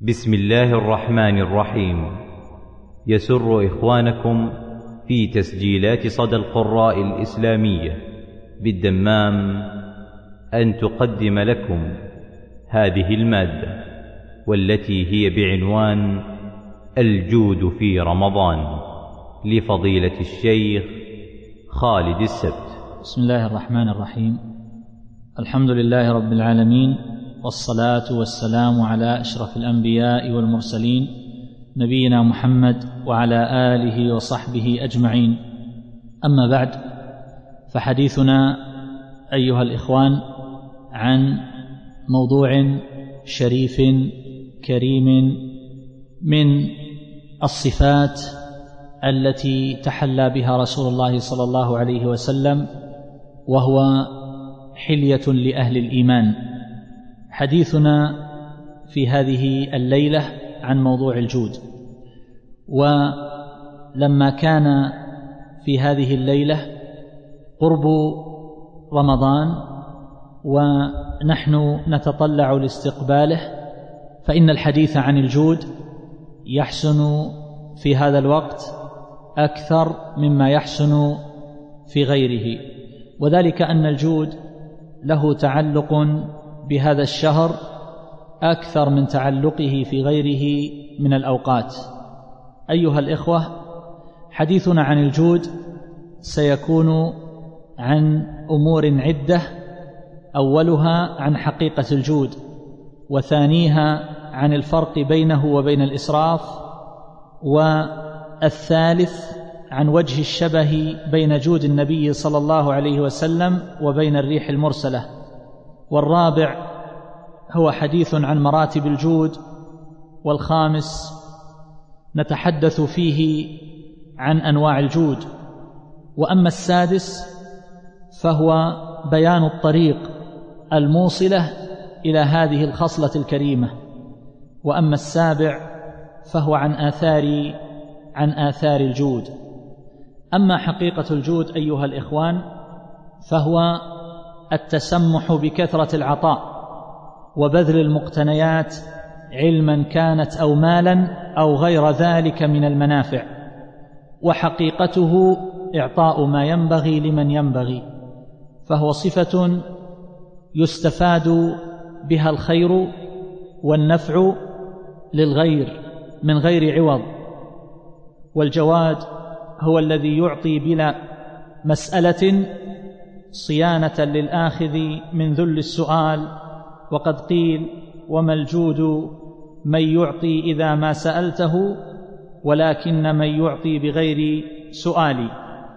بسم الله الرحمن الرحيم. يسر إخوانكم في تسجيلات صدى القراء الإسلامية بالدمام أن تقدم لكم هذه المادة، والتي هي بعنوان الجود في رمضان، لفضيلة الشيخ خالد السبت. بسم الله الرحمن الرحيم. الحمد لله رب العالمين، والصلاة والسلام على أشرف الأنبياء والمرسلين نبينا محمد وعلى آله وصحبه أجمعين. أما بعد، فحديثنا أيها الإخوان عن موضوع شريف كريم من الصفات التي تحلى بها رسول الله صلى الله عليه وسلم، وهو حلية لأهل الإيمان. حديثنا في هذه الليلة عن موضوع الجود. ولما كان في هذه الليلة قرب رمضان ونحن نتطلع لاستقباله، فإن الحديث عن الجود يحسن في هذا الوقت أكثر مما يحسن في غيره، وذلك أن الجود له تعلق بهذا الشهر أكثر من تعلقه في غيره من الأوقات. أيها الإخوة، حديثنا عن الجود سيكون عن أمور عدة، أولها عن حقيقة الجود، وثانيها عن الفرق بينه وبين الإسراف، والثالث عن وجه الشبه بين جود النبي صلى الله عليه وسلم وبين الريح المرسلة، والرابع هو حديث عن مراتب الجود، والخامس نتحدث فيه عن أنواع الجود، وأما السادس فهو بيان الطريق الموصلة إلى هذه الخصلة الكريمة، وأما السابع فهو عن آثار الجود. أما حقيقة الجود أيها الإخوان، فهو التسمح بكثرة العطاء وبذل المقتنيات، علما كانت أو مالا أو غير ذلك من المنافع، وحقيقته إعطاء ما ينبغي لمن ينبغي، فهو صفة يستفاد بها الخير والنفع للغير من غير عوض. والجواد هو الذي يعطي بلا مسألة، صيانة للآخذ من ذل السؤال. وقد قيل: وما الجود من يعطي إذا ما سألته، ولكن من يعطي بغير سؤال.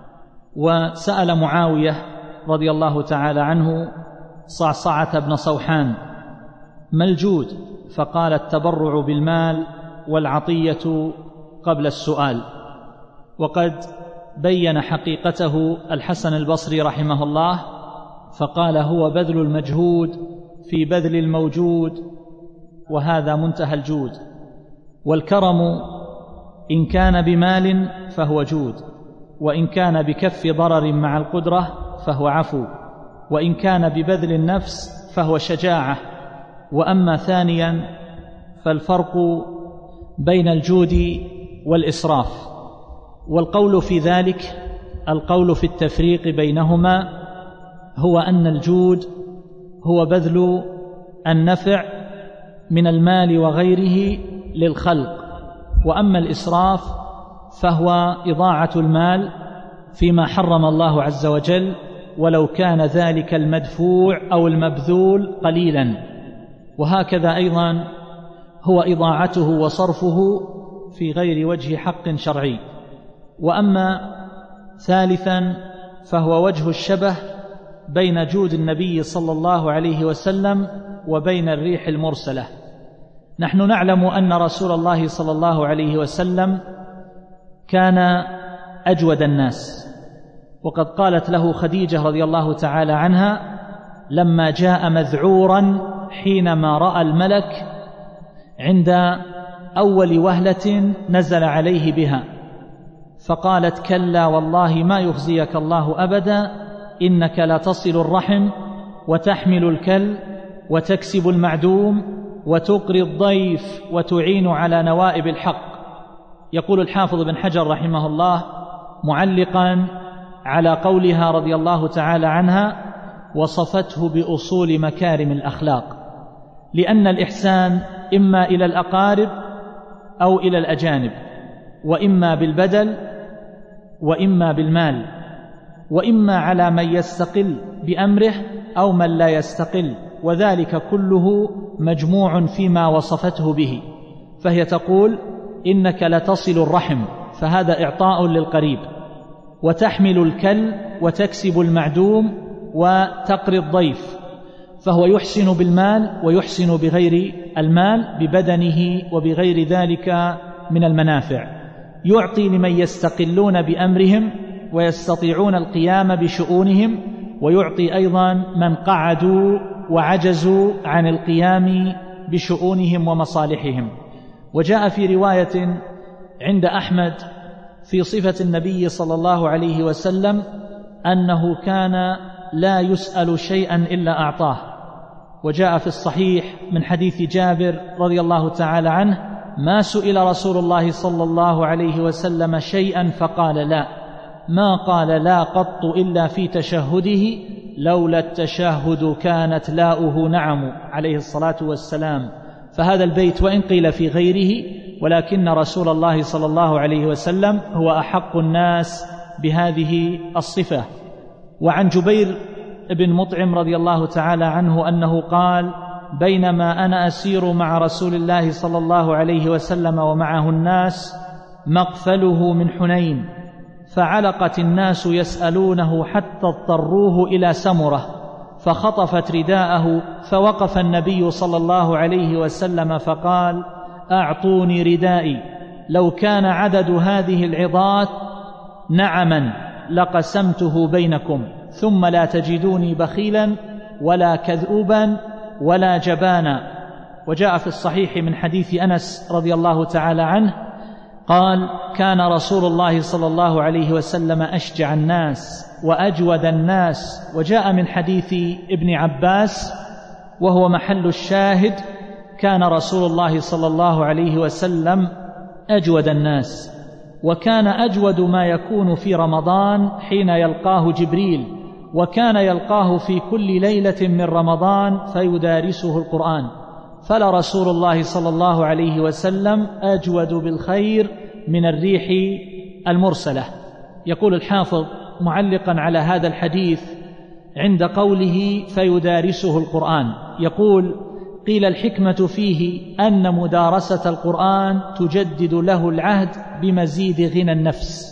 وسأل معاوية رضي الله تعالى عنه صعصعة بن صوحان: ما الجود؟ فقال: التبرع بالمال والعطية قبل السؤال. وقد بين حقيقته الحسن البصري رحمه الله فقال: هو بذل المجهود في بذل الموجود، وهذا منتهى الجود. والكرم إن كان بمال فهو جود، وإن كان بكف ضرر مع القدرة فهو عفو، وإن كان ببذل النفس فهو شجاعة. وأما ثانيا فالفرق بين الجود والإسراف، والقول في ذلك، القول في التفريق بينهما، هو أن الجود هو بذل النفع من المال وغيره للخلق، وأما الإسراف فهو إضاعة المال فيما حرم الله عز وجل، ولو كان ذلك المدفوع أو المبذول قليلا. وهكذا أيضا هو إضاعته وصرفه في غير وجه حق شرعي. وأما ثالثا فهو وجه الشبه بين جود النبي صلى الله عليه وسلم وبين الريح المرسلة. نحن نعلم أن رسول الله صلى الله عليه وسلم كان أجود الناس، وقد قالت له خديجة رضي الله تعالى عنها لما جاء مذعورا حينما رأى الملك عند أول وهلة نزل عليه بها، فقالت: كلا والله ما يخزيك الله أبدا، إنك لا تصل الرحم وتحمل الكل وتكسب المعدوم وتقري الضيف وتعين على نوائب الحق. يقول الحافظ بن حجر رحمه الله معلقا على قولها رضي الله تعالى عنها: وصفته بأصول مكارم الأخلاق، لأن الإحسان إما إلى الأقارب أو إلى الأجانب، وإما بالبدل وإما بالمال، وإما على من يستقل بأمره أو من لا يستقل، وذلك كله مجموع فيما وصفته به. فهي تقول: إنك لتصل الرحم، فهذا إعطاء للقريب، وتحمل الكل وتكسب المعدوم وتقري الضيف، فهو يحسن بالمال ويحسن بغير المال، ببدنه وبغير ذلك من المنافع. يعطي لمن يستقلون بأمرهم ويستطيعون القيام بشؤونهم، ويعطي أيضا من قعدوا وعجزوا عن القيام بشؤونهم ومصالحهم. وجاء في رواية عند أحمد في صفة النبي صلى الله عليه وسلم أنه كان لا يسأل شيئا إلا أعطاه. وجاء في الصحيح من حديث جابر رضي الله تعالى عنه: ما سئل رسول الله صلى الله عليه وسلم شيئا فقال لا، ما قال لا قط إلا في تشهده، لولا التشهد كانت لاؤه نعم، عليه الصلاة والسلام. فهذا البيت وإن قيل في غيره، ولكن رسول الله صلى الله عليه وسلم هو أحق الناس بهذه الصفة. وعن جبير بن مطعم رضي الله تعالى عنه أنه قال: بينما أنا أسير مع رسول الله صلى الله عليه وسلم ومعه الناس مقفله من حنين، فعلقت الناس يسألونه حتى اضطروه إلى سمرة، فخطفت رداءه، فوقف النبي صلى الله عليه وسلم فقال: أعطوني ردائي، لو كان عدد هذه العظات نعما لقسمته بينكم، ثم لا تجدوني بخيلا ولا كذوبا ولا جبانا. وجاء في الصحيح من حديث أنس رضي الله تعالى عنه قال: كان رسول الله صلى الله عليه وسلم أشجع الناس وأجود الناس. وجاء من حديث ابن عباس وهو محل الشاهد: كان رسول الله صلى الله عليه وسلم أجود الناس، وكان أجود ما يكون في رمضان حين يلقاه جبريل، وكان يلقاه في كل ليلة من رمضان فيدارسه القرآن، فلرسول الله صلى الله عليه وسلم أجود بالخير من الريح المرسلة. يقول الحافظ معلقا على هذا الحديث عند قوله فيدارسه القرآن، يقول: قيل الحكمة فيه أن مدارسة القرآن تجدد له العهد بمزيد غنى النفس،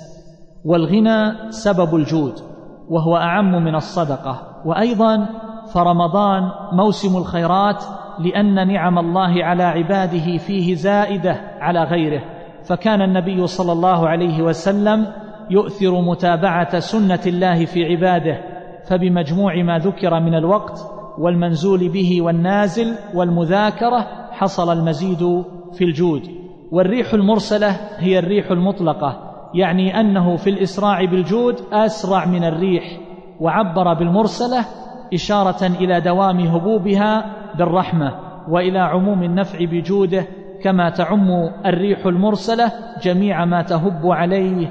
والغنى سبب الجود وهو أعم من الصدقة. وأيضا فرمضان موسم الخيرات، لأن نعم الله على عباده فيه زائدة على غيره، فكان النبي صلى الله عليه وسلم يؤثر متابعة سنة الله في عباده، فبمجموع ما ذكر من الوقت والمنزول به والنازل والمذاكرة حصل المزيد في الجود. والريح المرسلة هي الريح المطلقة، يعني أنه في الإسراع بالجود أسرع من الريح، وعبر بالمرسلة إشارة إلى دوام هبوبها بالرحمة وإلى عموم النفع بجوده، كما تعم الريح المرسلة جميع ما تهب عليه،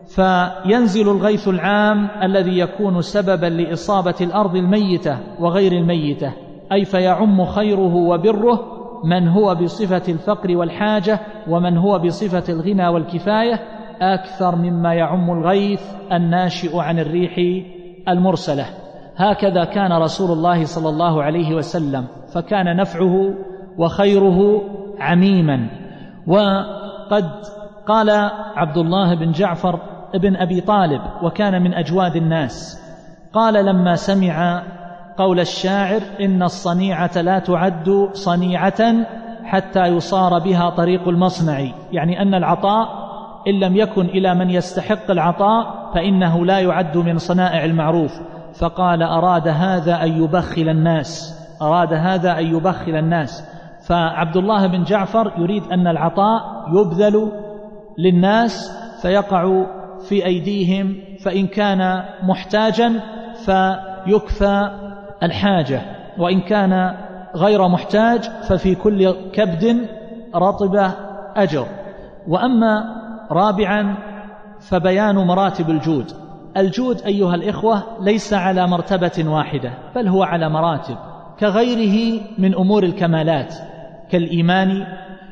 فينزل الغيث العام الذي يكون سببا لإصابة الأرض الميتة وغير الميتة، أي فيعم خيره وبره من هو بصفة الفقر والحاجة، ومن هو بصفة الغنى والكفاية، أكثر مما يعم الغيث الناشئ عن الريح المرسلة. هكذا كان رسول الله صلى الله عليه وسلم، فكان نفعه وخيره عميما. وقد قال عبد الله بن جعفر ابن أبي طالب، وكان من أجواد الناس، قال لما سمع قول الشاعر: إن الصنيعة لا تعد صنيعة حتى يصار بها طريق المصنع، يعني أن العطاء إن لم يكن إلى من يستحق العطاء فإنه لا يعد من صنائع المعروف. فقال: أراد هذا أن يبخل الناس، أراد هذا أن يبخل الناس. فعبد الله بن جعفر يريد أن العطاء يبذل للناس فيقع في أيديهم، فإن كان محتاجا فيكفى الحاجة، وإن كان غير محتاج ففي كل كبد رطبة أجر. وأما رابعا فبيان مراتب الجود. الجود أيها الإخوة ليس على مرتبة واحدة، بل هو على مراتب كغيره من أمور الكمالات كالإيمان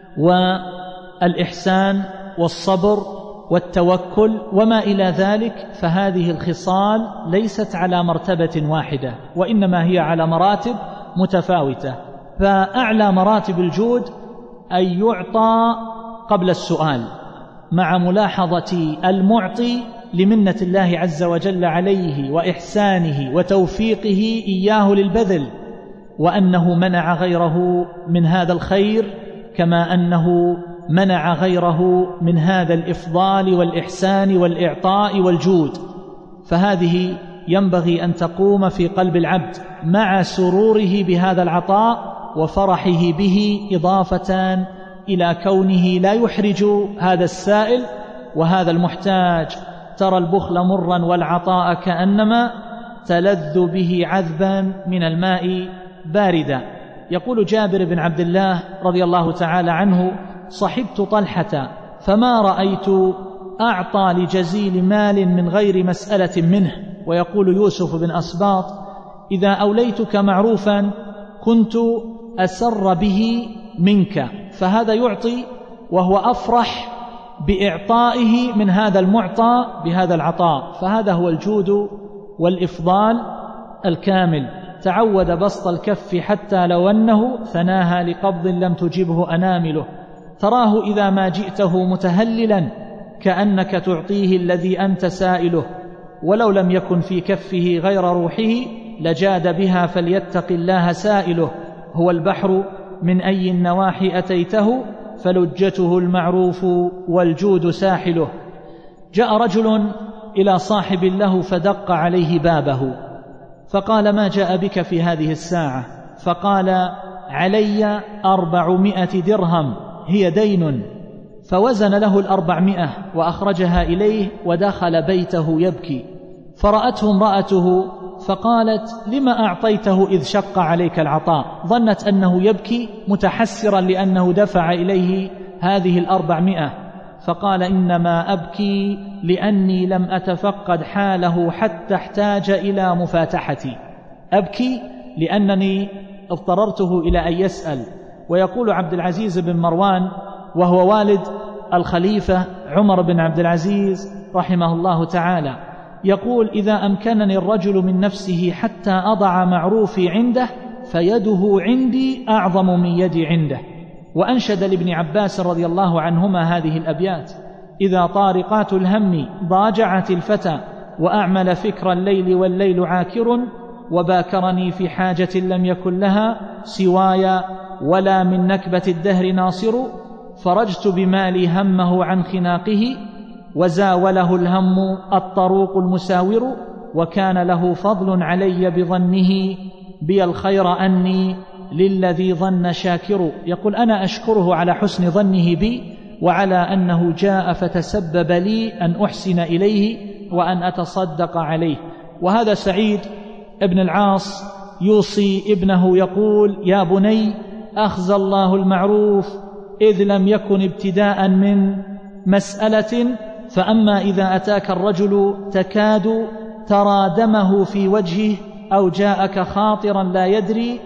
والإحسان والصبر والتوكل وما إلى ذلك. فهذه الخصال ليست على مرتبة واحدة، وإنما هي على مراتب متفاوتة. فأعلى مراتب الجود أن يعطى قبل السؤال، مع ملاحظة المعطي لمنة الله عز وجل عليه وإحسانه وتوفيقه إياه للبذل، وأنه منع غيره من هذا الخير كما أنه منع غيره من هذا الإفضال والإحسان والإعطاء والجود. فهذه ينبغي أن تقوم في قلب العبد مع سروره بهذا العطاء وفرحه به، إضافة إلى كونه لا يحرج هذا السائل وهذا المحتاج. ترى البخل مرا والعطاء كأنما تلذ به عذبا من الماء باردا. يقول جابر بن عبد الله رضي الله تعالى عنه: صحبت طلحة فما رأيت أعطى لجزيل مال من غير مسألة منه. ويقول يوسف بن أسباط: إذا أوليتك معروفا كنت أسر به منك. فهذا يعطي وهو أفرح بإعطائه من هذا المعطى بهذا العطاء. فهذا هو الجود والإفضال الكامل. تعود بسط الكف حتى لو أنه ثناها لقبض لم تجبه أنامله. تراه إذا ما جئته متهللا كأنك تعطيه الذي أنت سائله، ولو لم يكن في كفه غير روحه لجاد بها فليتق الله سائله. هو البحر من أي النواحي أتيته فلجته المعروف والجود ساحله. جاء رجل إلى صاحب له فدق عليه بابه فقال: ما جاء بك في هذه الساعة؟ فقال: علي 400 درهم، هي دين. فوزن له 400 وأخرجها إليه ودخل بيته يبكي. فرأته امرأته فقالت: لما أعطيته إذ شق عليك العطاء؟ ظنت أنه يبكي متحسرا لأنه دفع إليه هذه 400. فقال: إنما أبكي لأني لم أتفقد حاله حتى احتاج إلى مفاتحتي. أبكي لأنني اضطررته إلى أن يسأل. ويقول عبد العزيز بن مروان وهو والد الخليفة عمر بن عبد العزيز رحمه الله تعالى، يقول: إذا أمكنني الرجل من نفسه حتى أضع معروفي عنده فيده عندي أعظم من يدي عنده. وأنشد لابن عباس رضي الله عنهما هذه الأبيات: إذا طارقات الهم ضاجعت الفتى وأعمل فكر الليل والليل عاكر وباكرني في حاجة لم يكن لها سواي ولا من نكبة الدهر ناصر فرجت بمالي همه عن خناقه وزاوله الهم الطروق المساور وكان له فضل علي بظنه بي الخير أني للذي ظن شاكر. يقول: أنا أشكره على حسن ظنه بي وعلى أنه جاء فتسبب لي أن أحسن إليه وأن أتصدق عليه. وهذا سعيد ابن العاص يوصي ابنه يقول: يا بني أخزى الله المعروف إذ لم يكن ابتداء من مسألة، فأما إذا أتاك الرجل تكاد ترى دمه في وجهه أو جاءك خاطرا لا يدري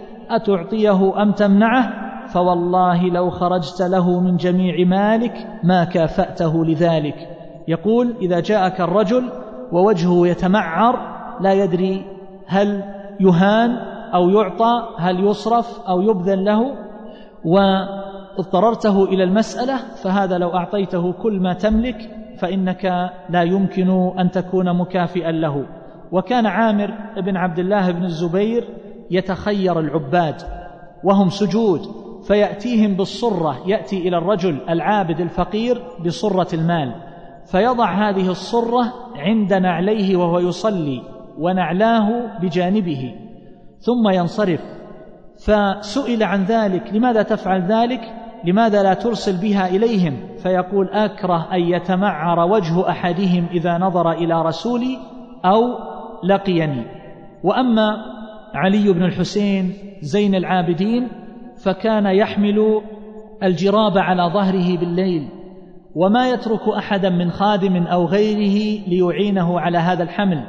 أتعطيه أم تمنعه فوالله لو خرجت له من جميع مالك ما كافأته لذلك. يقول: إذا جاءك الرجل ووجهه يتمعر لا يدري هل يهان أو يعطى، هل يصرف أو يبذل له، واضطررته إلى المسألة، فهذا لو أعطيته كل ما تملك فإنك لا يمكن أن تكون مكافئا له. وكان عامر بن عبد الله بن الزبير يتخير العباد وهم سجود فيأتيهم بالصرة، يأتي إلى الرجل العابد الفقير بصرة المال فيضع هذه الصرة عند نعليه وهو يصلي ونعلاه بجانبه ثم ينصرف. فسئل عن ذلك: لماذا تفعل ذلك؟ لماذا لا ترسل بها إليهم؟ فيقول: أكره أن يتمعر وجه أحدهم إذا نظر إلى رسولي أو لقيني. وأما علي بن الحسين زين العابدين، فكان يحمل الجراب على ظهره بالليل، وما يترك أحدا من خادم أو غيره ليعينه على هذا الحمل،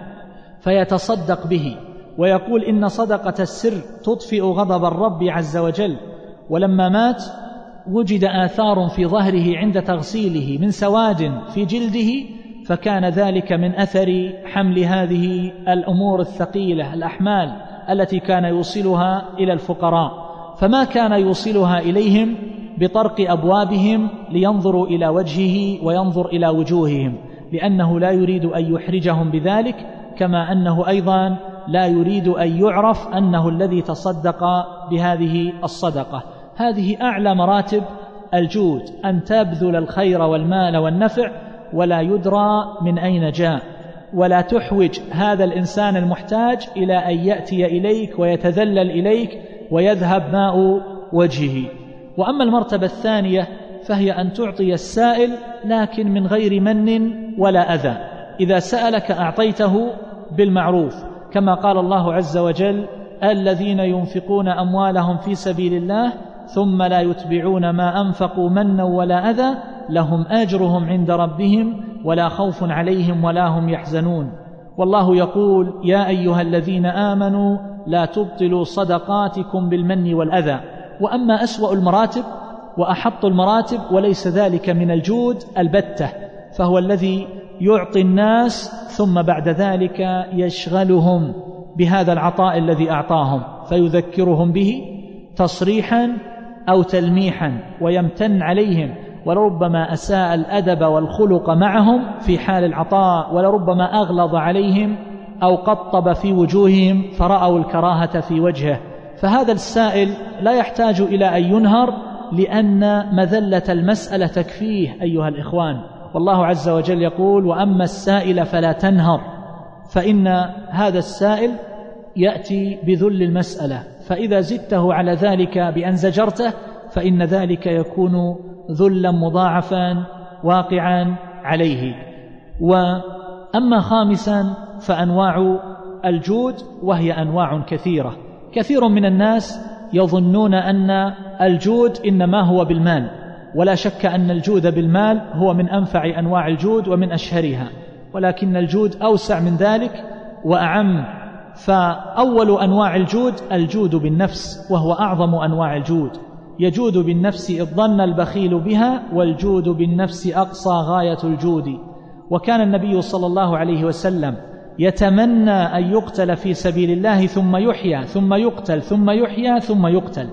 فيتصدق به ويقول إن صدقة السر تطفئ غضب الرب عز وجل. ولما مات وجد آثار في ظهره عند تغسيله من سواد في جلده، فكان ذلك من أثر حمل هذه الأمور الثقيلة، الأحمال التي كان يوصلها إلى الفقراء، فما كان يوصلها إليهم بطرق أبوابهم لينظروا إلى وجهه وينظر إلى وجوههم، لأنه لا يريد أن يحرجهم بذلك، كما أنه أيضا لا يريد أن يعرف أنه الذي تصدق بهذه الصدقة. هذه أعلى مراتب الجود، أن تبذل الخير والمال والنفع ولا يدرى من أين جاء، ولا تحوج هذا الإنسان المحتاج إلى أن يأتي إليك ويتذلل إليك ويذهب ماء وجهه. وأما المرتبة الثانية فهي أن تعطي السائل لكن من غير من ولا أذى. إذا سألك أعطيته بالمعروف، كما قال الله عز وجل: الذين ينفقون أموالهم في سبيل الله ثم لا يتبعون ما أنفقوا منا ولا أذى لهم أجرهم عند ربهم ولا خوف عليهم ولا هم يحزنون. والله يقول: يا أيها الذين آمنوا لا تبطلوا صدقاتكم بالمن والأذى. وأما أسوأ المراتب وأحط المراتب وليس ذلك من الجود البتة، فهو الذي يعطي الناس ثم بعد ذلك يشغلهم بهذا العطاء الذي أعطاهم، فيذكرهم به تصريحا أو تلميحا ويمتن عليهم، ولربما أساء الأدب والخلق معهم في حال العطاء، ولربما أغلظ عليهم أو قطب في وجوههم فرأوا الكراهة في وجهه. فهذا السائل لا يحتاج إلى أن ينهر، لأن مذلة المسألة تكفيه أيها الإخوان. والله عز وجل يقول: وأما السائل فلا تنهر، فإن هذا السائل يأتي بذل المسألة، فإذا زدته على ذلك بأن زجرته فإن ذلك يكون ذلا مضاعفا واقعا عليه. وأما خامسا فأنواع الجود، وهي أنواع كثيرة. كثير من الناس يظنون أن الجود إنما هو بالمال، ولا شك أن الجود بالمال هو من أنفع أنواع الجود ومن أشهرها، ولكن الجود أوسع من ذلك وأعم. فأول أنواع الجود الجود بالنفس، وهو أعظم أنواع الجود. يجود بالنفس إذ ظن البخيل بها، والجود بالنفس أقصى غاية الجود. وكان النبي صلى الله عليه وسلم يتمنى أن يقتل في سبيل الله ثم يحيى ثم يقتل ثم يحيى ثم يقتل.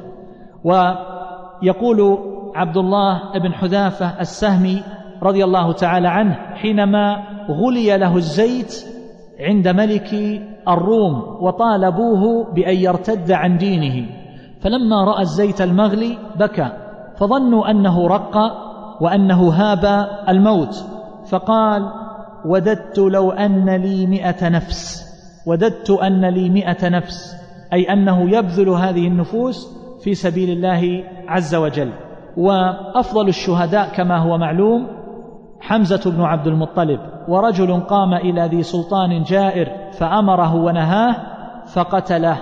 ويقول عبد الله بن حذافة السهمي رضي الله تعالى عنه حينما غلي له الزيت عند ملك الروم وطالبوه بأن يرتد عن دينه، فلما رأى الزيت المغلي بكى، فظنوا أنه رق وأنه هاب الموت، فقال: وددت لو أن لي 100 نفس، وددت أن لي 100 نفس، أي أنه يبذل هذه النفوس في سبيل الله عز وجل. وأفضل الشهداء كما هو معلوم حمزة بن عبد المطلب، ورجل قام إلى ذي سلطان جائر فأمره ونهاه فقتله.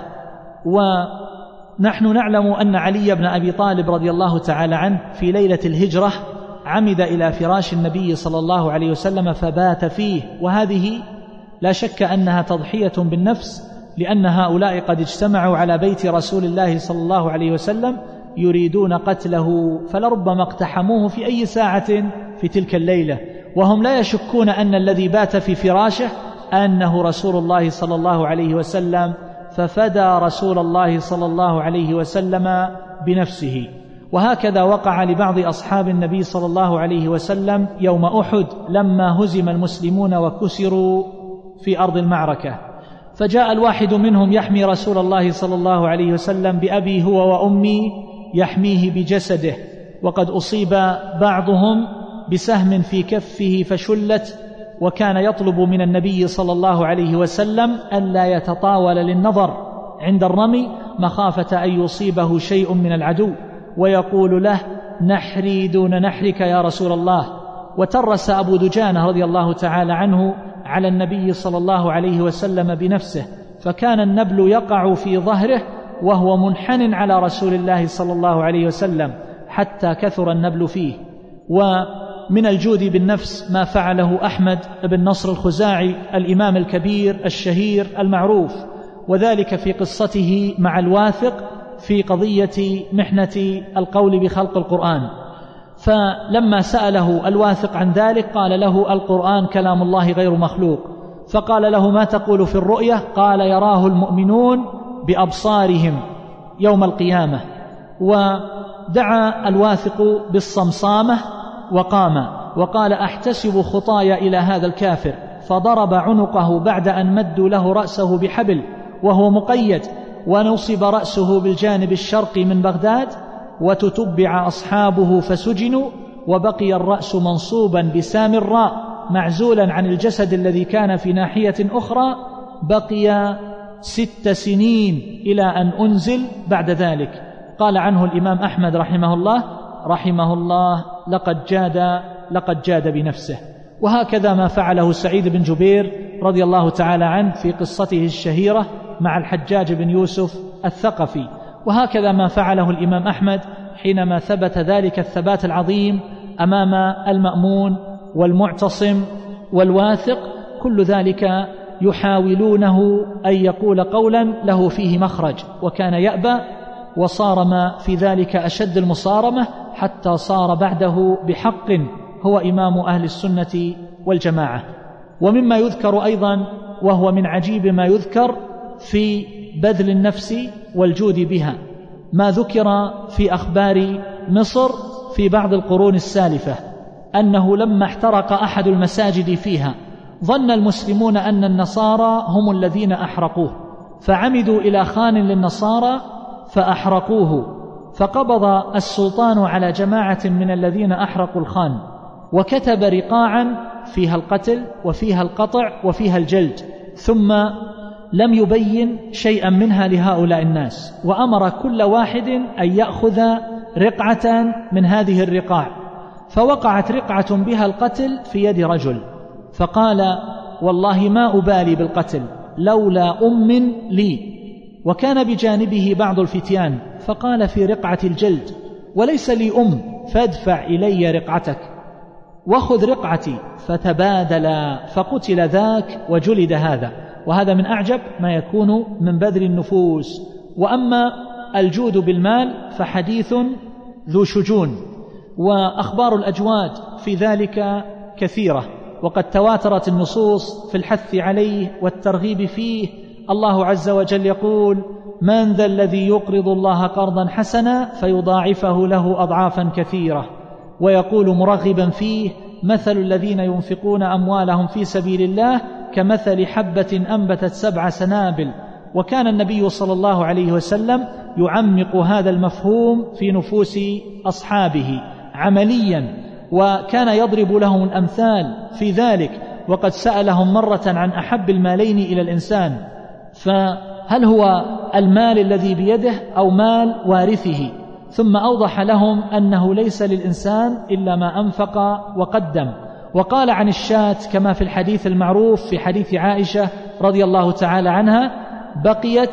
ونحن نعلم أن علي بن أبي طالب رضي الله تعالى عنه في ليلة الهجرة عمد إلى فراش النبي صلى الله عليه وسلم فبات فيه، وهذه لا شك أنها تضحية بالنفس، لأن هؤلاء قد اجتمعوا على بيت رسول الله صلى الله عليه وسلم يريدون قتله، فلربما اقتحموه في أي ساعة في تلك الليلة، وهم لا يشكون أن الذي بات في فراشه أنه رسول الله صلى الله عليه وسلم، ففدى رسول الله صلى الله عليه وسلم بنفسه. وهكذا وقع لبعض أصحاب النبي صلى الله عليه وسلم يوم أحد لما هزم المسلمون وكسروا في أرض المعركة، فجاء الواحد منهم يحمي رسول الله صلى الله عليه وسلم بأبي هو وأمي، يحميه بجسده، وقد أصيب بعضهم بسهم في كفه فشلت، وكان يطلب من النبي صلى الله عليه وسلم ألا يتطاول للنظر عند الرمي مخافة أن يصيبه شيء من العدو، ويقول له: نحري دون نحرك يا رسول الله. وترس أبو دجانة رضي الله تعالى عنه على النبي صلى الله عليه وسلم بنفسه، فكان النبل يقع في ظهره وهو منحن على رسول الله صلى الله عليه وسلم حتى كثر النبل فيه. ومن الجود بالنفس ما فعله أحمد بن نصر الخزاعي الإمام الكبير الشهير المعروف، وذلك في قصته مع الواثق في قضية محنة القول بخلق القرآن. فلما سأله الواثق عن ذلك قال له: القرآن كلام الله غير مخلوق. فقال له: ما تقول في الرؤية؟ قال: يراه المؤمنون بأبصارهم يوم القيامة. ودعا الواثق بالصمصامة وقام وقال: أحتسب خطايا إلى هذا الكافر. فضرب عنقه بعد أن مدوا له رأسه بحبل وهو مقيد، ونصب رأسه بالجانب الشرقي من بغداد، وتتبع أصحابه فسجنوا، وبقي الرأس منصوبا بسامراء معزولا عن الجسد الذي كان في ناحية أخرى. بقي 6 سنين إلى أن أنزل بعد ذلك. قال عنه الإمام أحمد رحمه الله لقد جاد بنفسه. وهكذا ما فعله سعيد بن جبير رضي الله تعالى عنه في قصته الشهيرة مع الحجاج بن يوسف الثقفي. وهكذا ما فعله الإمام أحمد حينما ثبت ذلك الثبات العظيم أمام المأمون والمعتصم والواثق. كل ذلك يحاولونه أن يقول قولا له فيه مخرج، وكان يأبى، وصارم في ذلك أشد المصارمة حتى صار بعده بحق هو إمام أهل السنة والجماعة. ومما يذكر أيضا، وهو من عجيب ما يذكر في بذل النفس والجود بها، ما ذكر في أخبار مصر في بعض القرون السالفة أنه لما احترق أحد المساجد فيها ظن المسلمون أن النصارى هم الذين أحرقوه، فعمدوا إلى خان للنصارى فأحرقوه، فقبض السلطان على جماعة من الذين أحرقوا الخان، وكتب رقاعا فيها القتل وفيها القطع وفيها الجلد، ثم لم يبين شيئا منها لهؤلاء الناس، وأمر كل واحد أن يأخذ رقعة من هذه الرقاع. فوقعت رقعة بها القتل في يد رجل، فقال: والله ما أبالي بالقتل لولا أم لي. وكان بجانبه بعض الفتيان، فقال في رقعة الجلد: وليس لي أم، فادفع إلي رقعتك وخذ رقعتي. فتبادلا، فقتل ذاك وجلد هذا. وهذا من أعجب ما يكون من بذل النفوس. وأما الجود بالمال فحديث ذو شجون، وأخبار الأجواد في ذلك كثيرة، وقد تواترت النصوص في الحث عليه والترغيب فيه. الله عز وجل يقول: من ذا الذي يقرض الله قرضا حسنا فيضاعفه له أضعافا كثيرة. ويقول مرغبا فيه: مثل الذين ينفقون أموالهم في سبيل الله كمثل حبة أنبتت 7 سنابل. وكان النبي صلى الله عليه وسلم يعمق هذا المفهوم في نفوس أصحابه عمليا، وكان يضرب لهم الأمثال في ذلك. وقد سألهم مرة عن أحب المالين إلى الإنسان، فهل هو المال الذي بيده أو مال وارثه؟ ثم أوضح لهم أنه ليس للإنسان إلا ما أنفق وقدم. وقال عن الشاة كما في الحديث المعروف في حديث عائشة رضي الله تعالى عنها: بقيت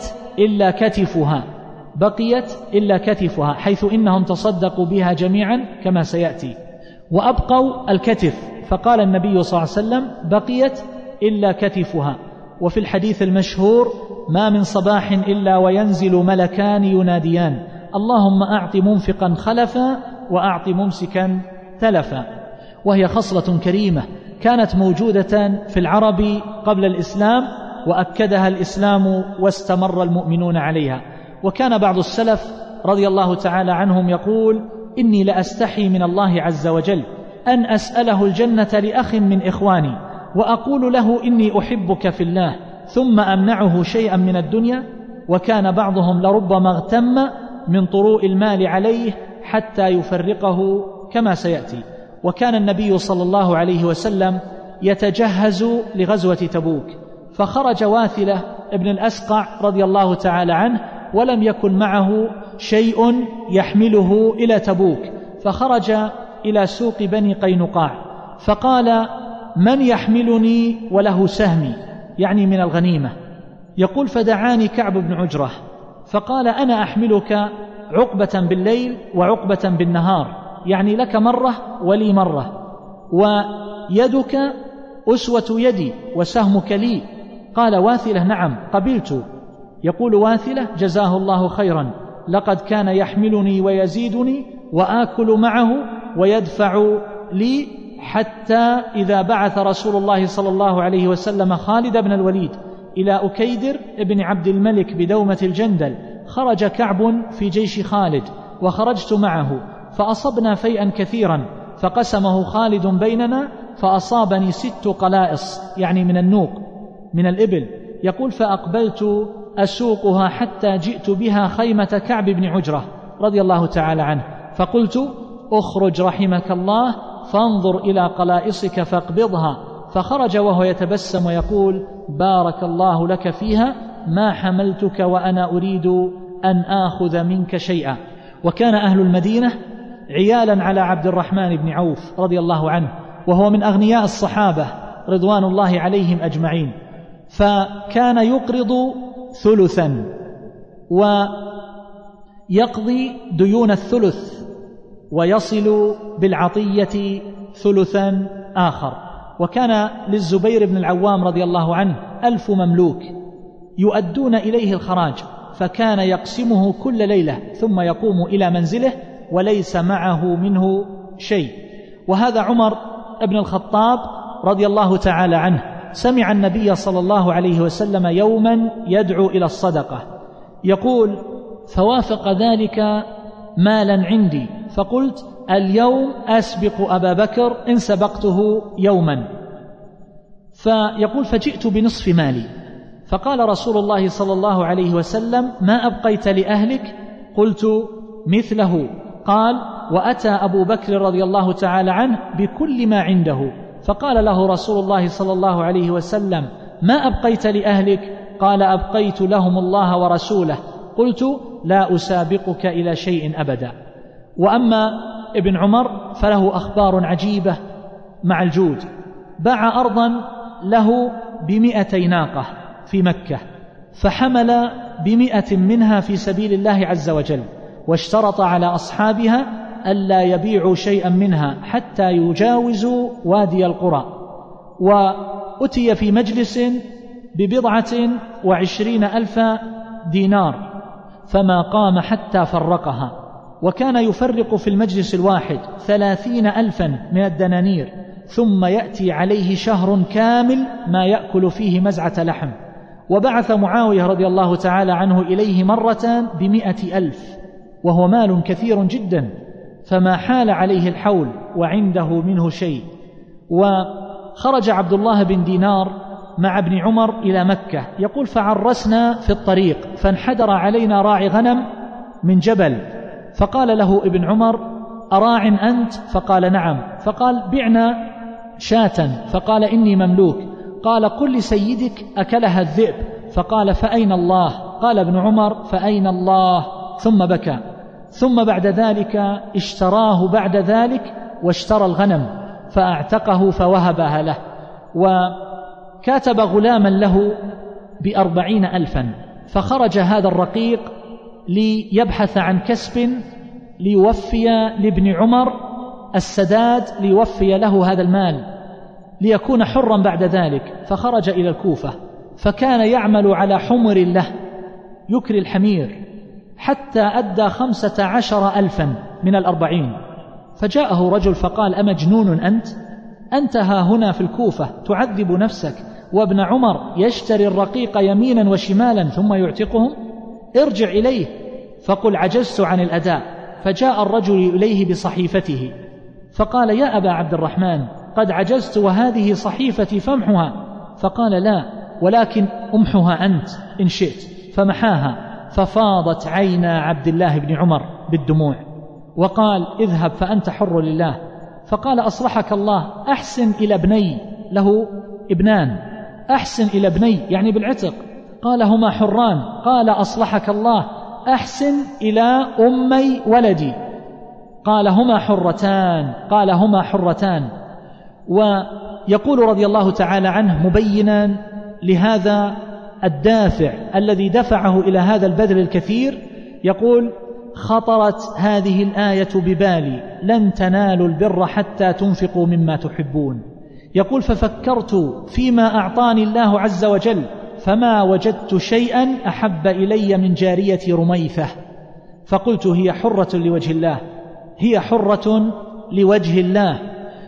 إلا كتفها، حيث إنهم تصدقوا بها جميعا كما سيأتي، وأبقوا الكتف. فقال النبي صلى الله عليه وسلم: بقيت إلا كتفها. وفي الحديث المشهور: ما من صباح إلا وينزل ملكان يناديان: اللهم أعط منفقا خلفا وأعط ممسكا تلفا. وهي خصلة كريمة كانت موجودة في العرب قبل الإسلام، وأكدها الإسلام واستمر المؤمنون عليها. وكان بعض السلف رضي الله تعالى عنهم يقول: إني لأستحي من الله عز وجل أن أسأله الجنة لأخ من إخواني، وأقول له إني أحبك في الله، ثم أمنعه شيئا من الدنيا. وكان بعضهم لربما اغتم من طروء المال عليه حتى يفرقه كما سيأتي. وكان النبي صلى الله عليه وسلم يتجهز لغزوة تبوك، فخرج واثلة ابن الأسقع رضي الله تعالى عنه، ولم يكن معه شيء يحمله إلى تبوك، فخرج إلى سوق بني قينقاع فقال: من يحملني وله سهمي، يعني من الغنيمة؟ يقول فدعاني كعب بن عجرة فقال أنا أحملك عقبة بالليل وعقبة بالنهار، يعني لك مرة ولي مرة، ويدك أسوة يدي وسهمك لي. قال واثلة نعم قبلت. يقول واثلة جزاه الله خيرا، لقد كان يحملني ويزيدني وآكل معه ويدفع لي، حتى إذا بعث رسول الله صلى الله عليه وسلم خالد بن الوليد إلى أكيدر ابن عبد الملك بدومة الجندل، خرج كعب في جيش خالد وخرجت معه، فأصبنا فيئا كثيرا فقسمه خالد بيننا، فأصابني 6 قلائص يعني من النوق من الإبل. يقول فأقبلت أسوقها حتى جئت بها خيمة كعب بن عجرة رضي الله تعالى عنه، فقلت أخرج رحمك الله فانظر إلى قلائصك فاقبضها، فخرج وهو يتبسم ويقول بارك الله لك فيها، ما حملتك وأنا أريد أن آخذ منك شيئا. وكان أهل المدينة عيالا على عبد الرحمن بن عوف رضي الله عنه، وهو من أغنياء الصحابة رضوان الله عليهم أجمعين، فكان يقرض ثلثا ويقضي ديون الثلث ويصل بالعطية ثلثا آخر. وكان للزبير بن العوام رضي الله عنه 1000 مملوك يؤدون إليه الخراج، فكان يقسمه كل ليلة ثم يقوم إلى منزله وليس معه منه شيء. وهذا عمر بن الخطاب رضي الله تعالى عنه سمع النبي صلى الله عليه وسلم يوما يدعو إلى الصدقة، يقول فوافق ذلك مالا عندي، فقلت اليوم أسبق أبا بكر إن سبقته يوما. فيقول فجئت بنصف مالي، فقال رسول الله صلى الله عليه وسلم ما أبقيت لأهلك؟ قلت مثله. قال وأتى أبو بكر رضي الله تعالى عنه بكل ما عنده، فقال له رسول الله صلى الله عليه وسلم ما أبقيت لأهلك؟ قال أبقيت لهم الله ورسوله. قلت لا أسابقك إلى شيء أبدا. وأما ابن عمر فله أخبار عجيبة مع الجود. باع أرضا له ب200 ناقة في مكة، فحمل ب100 منها في سبيل الله عز وجل، واشترط على أصحابها ألا يبيعوا شيئا منها حتى يجاوزوا وادي القرى. وأتي في مجلس ب20,000 دينار فما قام حتى فرقها، وكان يفرق في المجلس الواحد 30,000 من الدنانير، ثم يأتي عليه شهر كامل ما يأكل فيه مزعة لحم. وبعث معاوية رضي الله تعالى عنه إليه مرة ب100,000، وهو مال كثير جدا، فما حال عليه الحول وعنده منه شيء. وخرج عبد الله بن دينار مع ابن عمر إلى مكة، يقول فعرسنا في الطريق فانحدر علينا راعي غنم من جبل، فقال له ابن عمر أراع أنت؟ فقال نعم. فقال بعنا شاة، فقال إني مملوك. قال قل لسيدك أكلها الذئب، فقال فأين الله؟ قال ابن عمر فأين الله؟ ثم بكى. ثم بعد ذلك اشتراه بعد ذلك واشترى الغنم فأعتقه فوهبها له، وكاتب غلاما له ب40,000. فخرج هذا الرقيق ليبحث عن كسب ليوفي لابن عمر السداد، ليوفي له هذا المال ليكون حرا بعد ذلك. فخرج إلى الكوفة، فكان يعمل على حمر له يكري الحمير حتى أدى 15,000 من 40. فجاءه رجل فقال أمجنون أنت ها هنا في الكوفة تعذب نفسك، وابن عمر يشتري الرقيق يمينا وشمالا ثم يعتقهم؟ ارجع إليه فقل عجزت عن الأداء. فجاء الرجل إليه بصحيفته فقال يا أبا عبد الرحمن قد عجزت وهذه صحيفتي فامحها. فقال لا، ولكن امحها أنت إن شئت. فمحاها، ففاضت عينا عبد الله بن عمر بالدموع، وقال اذهب فأنت حر لله. فقال أصلحك الله أحسن إلى ابني، له ابنان، أحسن إلى ابني يعني بالعتق. قال هما حران. قال أصلحك الله أحسن إلى أمي ولدي. قال هما حرتان. قال هما حرتان. ويقول رضي الله تعالى عنه مبينا لهذا الدافع الذي دفعه إلى هذا البذل الكثير، يقول: خطرت هذه الآية ببالي: لن تنالوا البر حتى تنفقوا مما تحبون. يقول: ففكرت فيما أعطاني الله عز وجل فما وجدت شيئا أحب إلي من جارية رميثة، فقلت: هي حرة لوجه الله، هي حرة لوجه الله.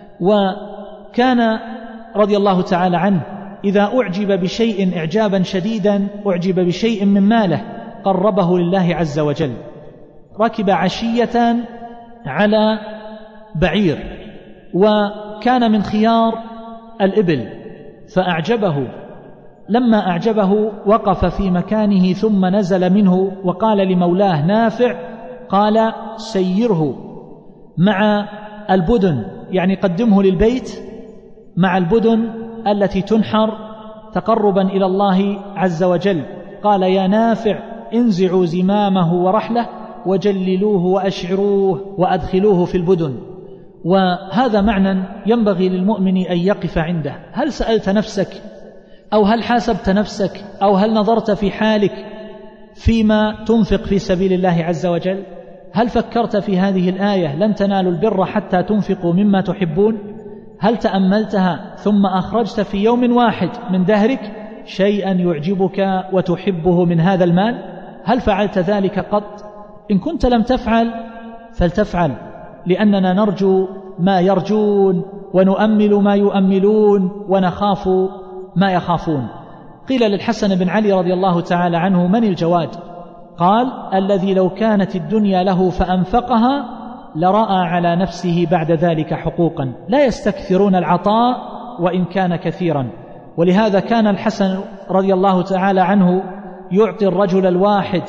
وكان رضي الله تعالى عنه إذا أعجب بشيء إعجابا شديدا أعجب بشيء من ماله قربه لله عز وجل. ركب عشية على بعير وكان من خيار الإبل فأعجبه، لما أعجبه وقف في مكانه ثم نزل منه وقال لمولاه نافع، قال: سيره مع البدن، يعني قدمه للبيت مع البدن التي تنحر تقربا إلى الله عز وجل. قال: يا نافع انزعوا زمامه ورحله وجللوه وأشعروه وأدخلوه في البدن. وهذا معنى ينبغي للمؤمن أن يقف عنده. هل سألت نفسك أو هل حاسبت نفسك أو هل نظرت في حالك فيما تنفق في سبيل الله عز وجل؟ هل فكرت في هذه الآية: لن تنالوا البر حتى تنفقوا مما تحبون؟ هل تأملتها ثم أخرجت في يوم واحد من دهرك شيئا يعجبك وتحبه من هذا المال؟ هل فعلت ذلك قط؟ إن كنت لم تفعل فلتفعل، لأننا نرجو ما يرجون ونؤمل ما يؤملون ونخاف ما يخافون. قيل للحسن بن علي رضي الله تعالى عنه: من الجواد؟ قال: الذي لو كانت الدنيا له فأنفقها لرأى على نفسه بعد ذلك حقوقا. لا يستكثرون العطاء وإن كان كثيرا. ولهذا كان الحسن رضي الله تعالى عنه يعطي الرجل الواحد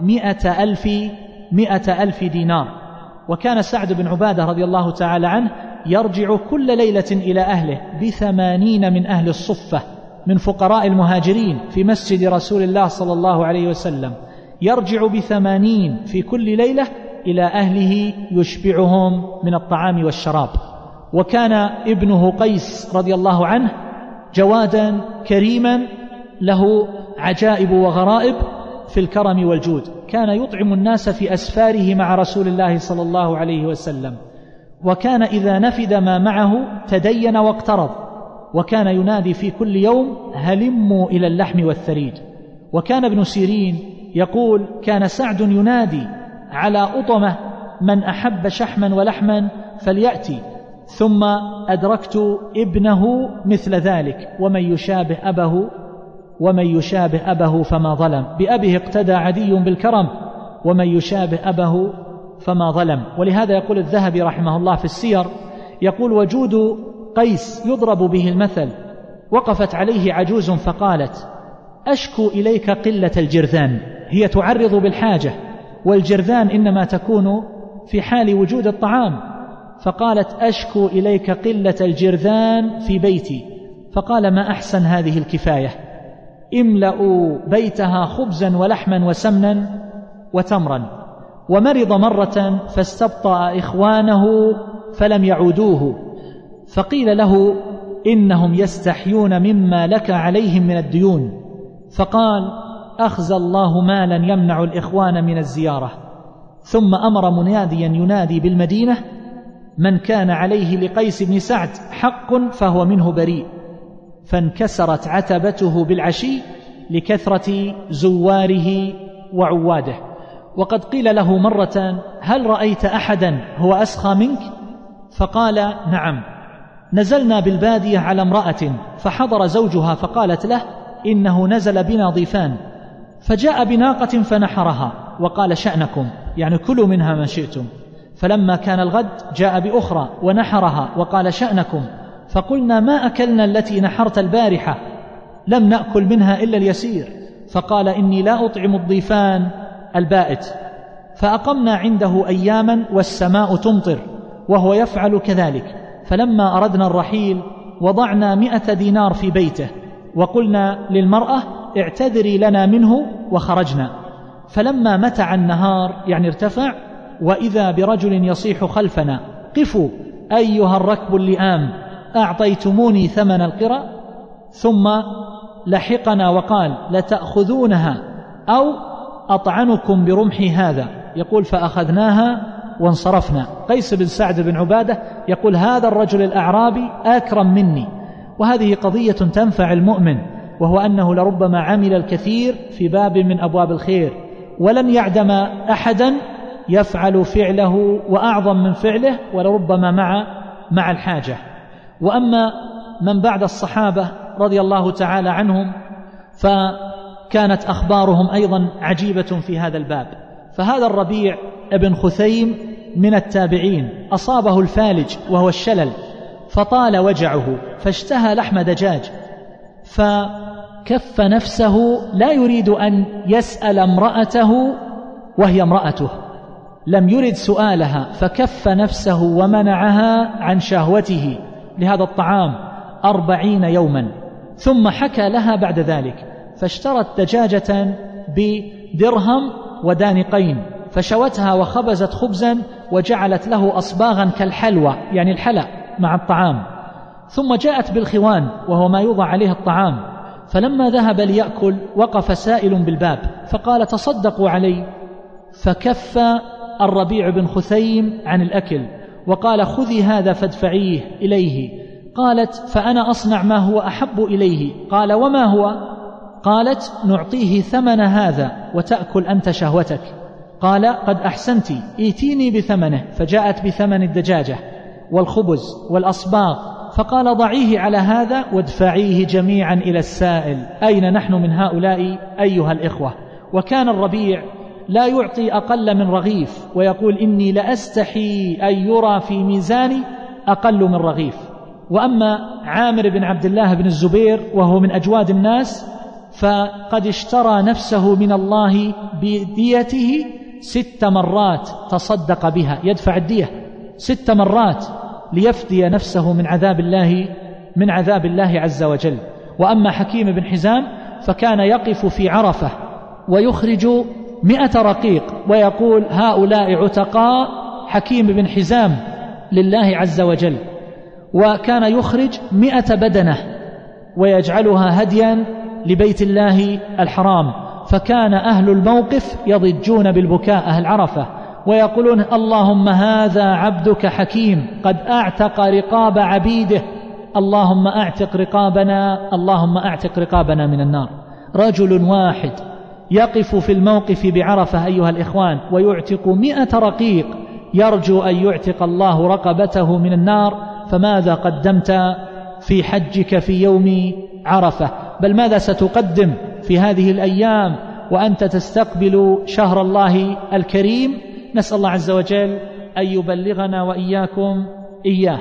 100,000 دينار. وكان سعد بن عبادة رضي الله تعالى عنه يرجع كل ليلة إلى أهله ب80 من أهل الصفة من فقراء المهاجرين في مسجد رسول الله صلى الله عليه وسلم، يرجع ب80 في كل ليلة إلى أهله يشبعهم من الطعام والشراب. وكان ابنه قيس رضي الله عنه جوادا كريما له عجائب وغرائب في الكرم والجود، كان يطعم الناس في أسفاره مع رسول الله صلى الله عليه وسلم، وكان إذا نفد ما معه تدين واقترض، وكان ينادي في كل يوم: هلموا إلى اللحم والثريد. وكان ابن سيرين يقول: كان سعد ينادي على أطمة: من أحب شحما ولحما فليأتي. ثم أدركت ابنه مثل ذلك: ومن يشابه أبه فما ظلم. بأبيه اقتدى عدي بالكرم، ومن يشابه أبه فما ظلم. ولهذا يقول الذهبي رحمه الله في السير، يقول: وجود قيس يضرب به المثل. وقفت عليه عجوز فقالت: أشكو إليك قلة الجرذان. هي تعرض بالحاجة، والجرذان إنما تكون في حال وجود الطعام. فقالت: أشكو إليك قلة الجرذان في بيتي. فقال: ما أحسن هذه الكفاية، املأوا بيتها خبزا ولحما وسمنا وتمرا. ومرض مرة فاستبطأ إخوانه فلم يعودوه، فقيل له: إنهم يستحيون مما لك عليهم من الديون. فقال: أخزى الله مالا يمنع الإخوان من الزيارة. ثم أمر مناديا ينادي بالمدينة: من كان عليه لقيس بن سعد حق فهو منه بريء. فانكسرت عتبته بالعشي لكثرة زواره وعواده. وقد قيل له مرة: هل رأيت أحدا هو أسخى منك؟ فقال: نعم، نزلنا بالبادية على امرأة فحضر زوجها فقالت له: إنه نزل بنا ضيفان، فجاء بناقة فنحرها وقال: شأنكم، يعني كلوا منها ما شئتم. فلما كان الغد جاء بأخرى ونحرها وقال: شأنكم. فقلنا: ما أكلنا التي نحرت البارحة، لم نأكل منها إلا اليسير. فقال: إني لا أطعم الضيفان البائت. فأقمنا عنده أياما والسماء تمطر وهو يفعل كذلك. فلما أردنا الرحيل وضعنا 100 دينار في بيته، وقلنا للمرأة: اعتذري لنا منه، وخرجنا. فلما متع النهار، يعني ارتفع، وإذا برجل يصيح خلفنا: قفوا أيها الركب اللئام، أعطيتموني ثمن القرى. ثم لحقنا وقال لتأخذونها أو أطعنكم برمحي هذا. يقول فأخذناها وانصرفنا. قيس بن سعد بن عبادة يقول هذا الرجل الأعرابي أكرم مني. وهذه قضية تنفع المؤمن، وهو أنه لربما عمل الكثير في باب من أبواب الخير ولن يعدم أحدا يفعل فعله وأعظم من فعله ولربما مع الحاجة. وأما من بعد الصحابة رضي الله تعالى عنهم فكانت أخبارهم أيضا عجيبة في هذا الباب. فهذا الربيع ابن خثيم من التابعين أصابه الفالج وهو الشلل، فطال وجعه فاشتهى لحم دجاج، فكف نفسه لا يريد أن يسأل امرأته وهي امرأته، لم يرد سؤالها، فكف نفسه ومنعها عن شهوته لهذا الطعام 40 يوما. ثم حكى لها بعد ذلك فاشترت دجاجة بدرهم ودانقين فشوتها وخبزت خبزا وجعلت له أصباغا كالحلوى، يعني الحلى مع الطعام، ثم جاءت بالخوان وهو ما يوضع عليه الطعام. فلما ذهب ليأكل وقف سائل بالباب فقال تصدقوا علي، فكف الربيع بن خثيم عن الأكل وقال خذي هذا فادفعيه إليه. قالت فأنا أصنع ما هو أحب إليه. قال وما هو؟ قالت نعطيه ثمن هذا وتأكل أنت شهوتك. قال قد أحسنت، ائتيني بثمنه. فجاءت بثمن الدجاجة والخبز والأصباغ، فقال ضعيه على هذا وادفعيه جميعا إلى السائل. أين نحن من هؤلاء أيها الإخوة؟ وكان الربيع لا يعطي أقل من رغيف، ويقول إني لأستحي أن يرى في ميزاني أقل من رغيف. وأما عامر بن عبد الله بن الزبير وهو من أجواد الناس فقد اشترى نفسه من الله بديته 6 مرات تصدق بها، يدفع الدية 6 مرات ليفدي نفسه من عذاب الله عز وجل. وأما حكيم بن حزام فكان يقف في عرفة ويخرج 100 رقيق ويقول هؤلاء عتقاء حكيم بن حزام لله عز وجل، وكان يخرج 100 بدنة ويجعلها هديا لبيت الله الحرام. فكان أهل الموقف يضجون بالبكاء، أهل عرفة، ويقولون اللهم هذا عبدك حكيم قد أعتق رقاب عبيده، اللهم أعتق رقابنا، اللهم أعتق رقابنا من النار. رجل واحد يقف في الموقف بعرفة أيها الإخوان ويعتق 100 رقيق يرجو أن يعتق الله رقبته من النار. فماذا قدمت في حجك في يوم عرفة؟ بل ماذا ستقدم في هذه الأيام وأنت تستقبل شهر الله الكريم؟ نسأل الله عز وجل أن يبلغنا وإياكم إياه.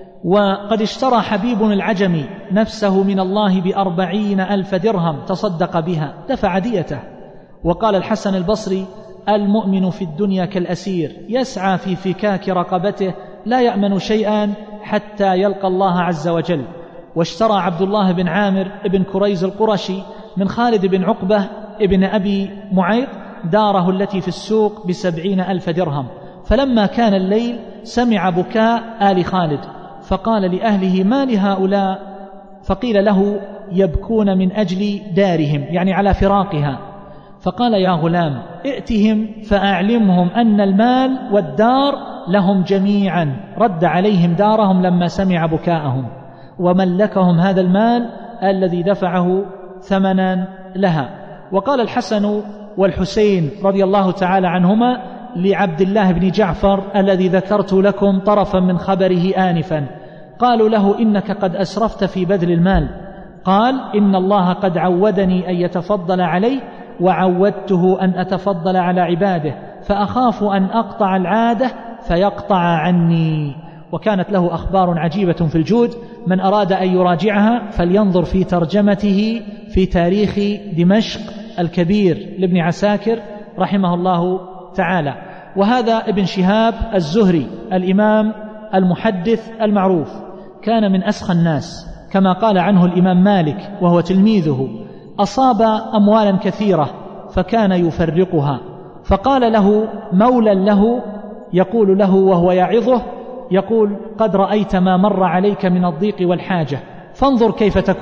وقد اشترى حبيب العجمي نفسه من الله ب40,000 درهم تصدق بها، دفع ديته. وقال الحسن البصري المؤمن في الدنيا كالأسير يسعى في فكاك رقبته لا يأمن شيئا حتى يلقى الله عز وجل. واشترى عبد الله بن عامر بن كريز القرشي من خالد بن عقبة ابن أبي معيط داره التي في السوق ب70,000 درهم. فلما كان الليل سمع بكاء آل خالد فقال لأهله ما لهؤلاء؟ فقيل له يبكون من أجل دارهم، يعني على فراقها. فقال يا غلام ائتهم فأعلمهم أن المال والدار لهم جميعا. رد عليهم دارهم لما سمع بكاءهم وملكهم هذا المال الذي دفعه ثمنا لها. وقال الحسن والحسين رضي الله تعالى عنهما لعبد الله بن جعفر الذي ذكرت لكم طرفا من خبره آنفا، قالوا له إنك قد أسرفت في بذل المال. قال إن الله قد عودني أن يتفضل علي وعودته أن أتفضل على عباده، فأخاف أن أقطع العادة فيقطع عني. وكانت له أخبار عجيبة في الجود، من أراد أن يراجعها فلينظر في ترجمته في تاريخ دمشق الكبير لابن عساكر رحمه الله تعالى. وهذا ابن شهاب الزهري الإمام المحدث المعروف كان من أسخى الناس كما قال عنه الإمام مالك وهو تلميذه، أصاب أموالا كثيرة فكان يفرقها. فقال له مولى له يقول له وهو يعظه، يقول قد رأيت ما مر عليك من الضيق والحاجة، فانظر كيف تكون.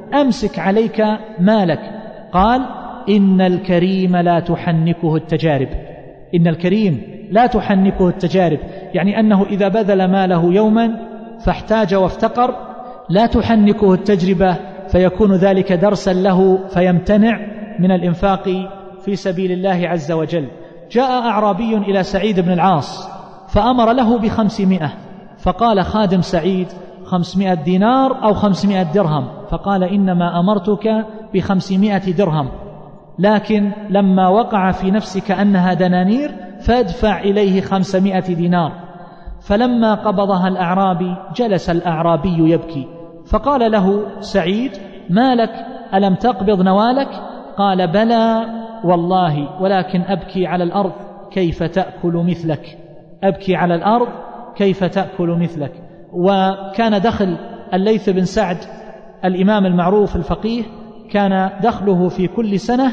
أمسك عليك مالك. قال إن الكريم لا تحنكه التجارب. إن الكريم لا تحنكه التجارب، يعني أنه إذا بذل ماله يوما فاحتاج وافتقر لا تحنكه التجربة، فيكون ذلك درسا له فيمتنع من الإنفاق في سبيل الله عز وجل. جاء أعرابي إلى سعيد بن العاص فأمر له ب500، فقال خادم سعيد 500 دينار أو 500 درهم، فقال إنما أمرتك ب500 درهم، لكن لما وقع في نفسك أنها دنانير فادفع إليه 500 دينار. فلما قبضها الأعرابي جلس الأعرابي يبكي، فقال له سعيد ما لك، ألم تقبض نوالك؟ قال بلى والله، ولكن أبكي على الأرض كيف تأكل مثلك، أبكي على الأرض كيف تأكل مثلك. وكان دخل الليث بن سعد الإمام المعروف الفقيه كان دخله في كل سنة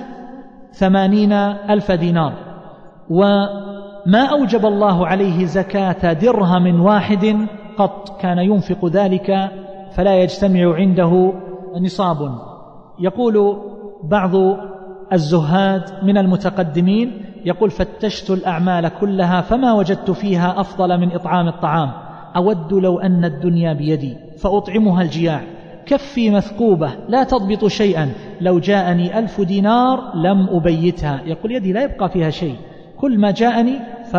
80,000 دينار، وما أوجب الله عليه زكاة درهم واحد قط، كان ينفق ذلك فلا يجتمع عنده نصاب. يقول بعض الزهاد من المتقدمين يقول فتشت الأعمال كلها فما وجدت فيها أفضل من إطعام الطعام، أود لو أن الدنيا بيدي فأطعمها الجياع، كفي مثقوبة لا تضبط شيئا، لو جاءني 1000 دينار لم أبيتها. يقول يدي لا يبقى فيها شيء، كل ما جاءني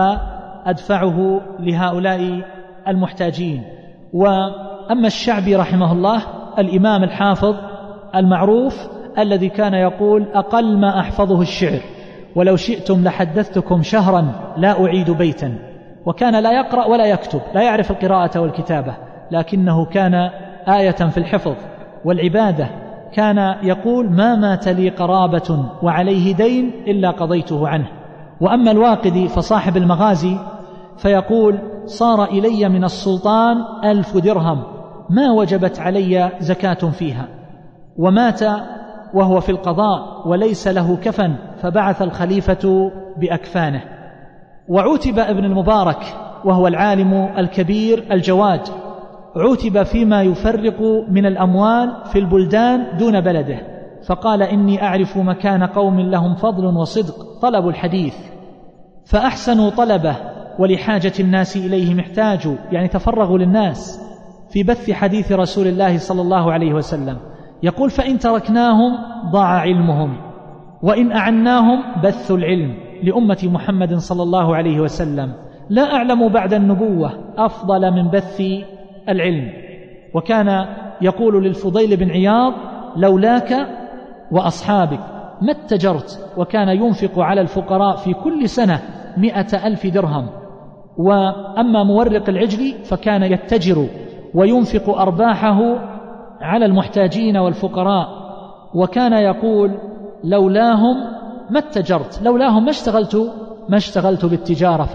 فأدفعه لهؤلاء المحتاجين. وأما الشعبي رحمه الله الإمام الحافظ المعروف الذي كان يقول أقل ما أحفظه الشعر، ولو شئتم لحدثتكم شهرا لا أعيد بيتا، وكان لا يقرأ ولا يكتب، لا يعرف القراءة والكتابة، لكنه كان آية في الحفظ والعبادة. كان يقول ما مات لي قرابة وعليه دين إلا قضيته عنه. وأما الواقدي فصاحب المغازي فيقول صار إلي من السلطان 1000 درهم ما وجبت علي زكاة فيها، ومات وهو في القضاء وليس له كفن، فبعث الخليفة بأكفانه. وعوتب ابن المبارك وهو العالم الكبير الجواد، عوتب فيما يفرق من الأموال في البلدان دون بلده، فقال إني أعرف مكان قوم لهم فضل وصدق طلبوا الحديث فأحسنوا طلبه، ولحاجة الناس إليه محتاجوا، يعني تفرغوا للناس في بث حديث رسول الله صلى الله عليه وسلم. يقول فإن تركناهم ضاع علمهم، وإن أعناهم بثوا العلم لأمة محمد صلى الله عليه وسلم، لا أعلم بعد النبوة أفضل من بث العلم. وكان يقول للفضيل بن عياض لولاك وأصحابك ما اتجرت، وكان ينفق على الفقراء في كل سنة 100,000 درهم. وأما مورق العجل فكان يتجر وينفق أرباحه على المحتاجين والفقراء، وكان يقول لولاهم ما اتجرت، لولاهم ما اشتغلت بالتجارة.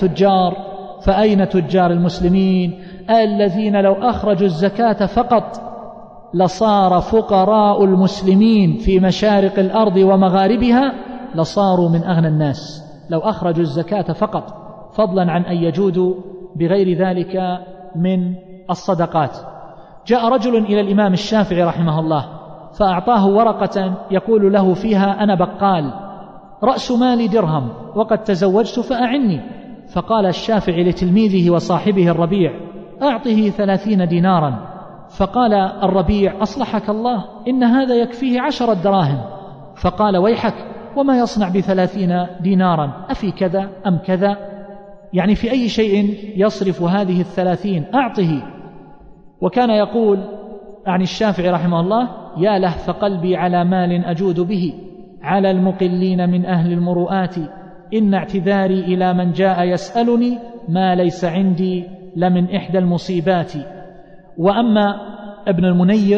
فأين تجار المسلمين الذين لو أخرجوا الزكاة فقط لصار فقراء المسلمين في مشارق الأرض ومغاربها لصاروا من أغنى الناس، لو أخرجوا الزكاة فقط، فضلا عن أن يجودوا بغير ذلك من الصدقات. جاء رجل إلى الإمام الشافعي رحمه الله فأعطاه ورقة يقول له فيها أنا بقال رأس مالي درهم وقد تزوجت فأعني. فقال الشافعي لتلميذه وصاحبه الربيع أعطه 30 دينارا. فقال الربيع أصلحك الله إن هذا يكفيه 10 دراهم. فقال ويحك وما يصنع ب30 دينارا، أفي كذا أم كذا، يعني في أي شيء يصرف هذه 30 أعطه. وكان يقول عن الشافعي رحمه الله يا له فقلبي على مال أجود به على المقلين من أهل المروءات، إن اعتذاري إلى من جاء يسألني ما ليس عندي لمن إحدى المصيبات. وأما ابن المنير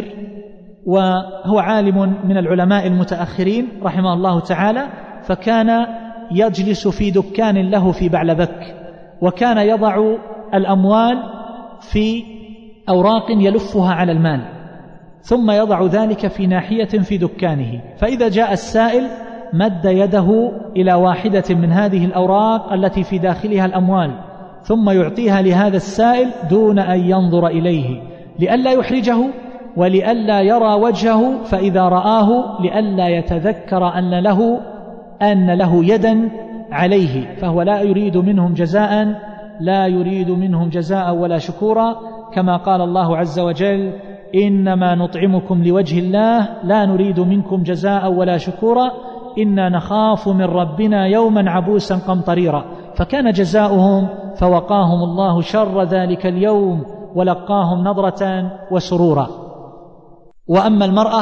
وهو عالم من العلماء المتأخرين رحمه الله تعالى، فكان يجلس في دكان له في بعلبك، وكان يضع الأموال في أوراق يلفها على المال، ثم يضع ذلك في ناحية في دكانه، فإذا جاء السائل مد يده إلى واحدة من هذه الأوراق التي في داخلها الأموال، ثم يعطيها لهذا السائل دون أن ينظر إليه لئلا يحرجه ولئلا يرى وجهه، فإذا رآه لئلا يتذكر أن له يدا عليه، فهو لا يريد منهم جزاء ولا شكورا، كما قال الله عز وجل: إنما نطعمكم لوجه الله لا نريد منكم جزاء ولا شكورا إنا نخاف من ربنا يوما عبوسا قمطريرا. فكان جزاؤهم فوقاهم الله شر ذلك اليوم ولقاهم نضرة وسرورا. وأما المرأة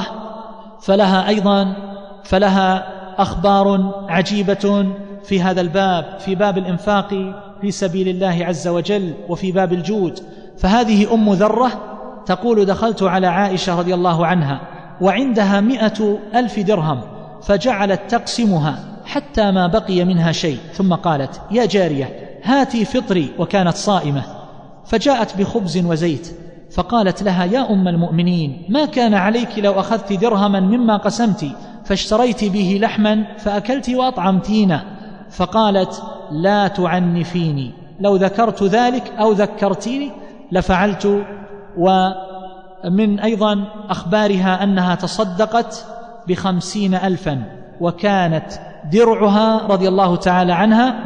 فلها أخبار عجيبة في هذا الباب، في باب الإنفاق في سبيل الله عز وجل وفي باب الجود. فهذه أم ذرة تقول: دخلت على عائشة رضي الله عنها وعندها 100,000 درهم، فجعلت تقسمها حتى ما بقي منها شيء، ثم قالت: يا جارية هاتي فطري، وكانت صائمة، فجاءت بخبز وزيت، فقالت لها: يا أم المؤمنين، ما كان عليك لو أخذت درهما مما قسمت فاشتريت به لحما فأكلت وأطعمتينا؟ فقالت: لا تعنفيني، لو ذكرت ذلك أو ذكرتيني لفعلت. ومن أيضا أخبارها أنها تصدقت ب50,000، وكانت درعها رضي الله تعالى عنها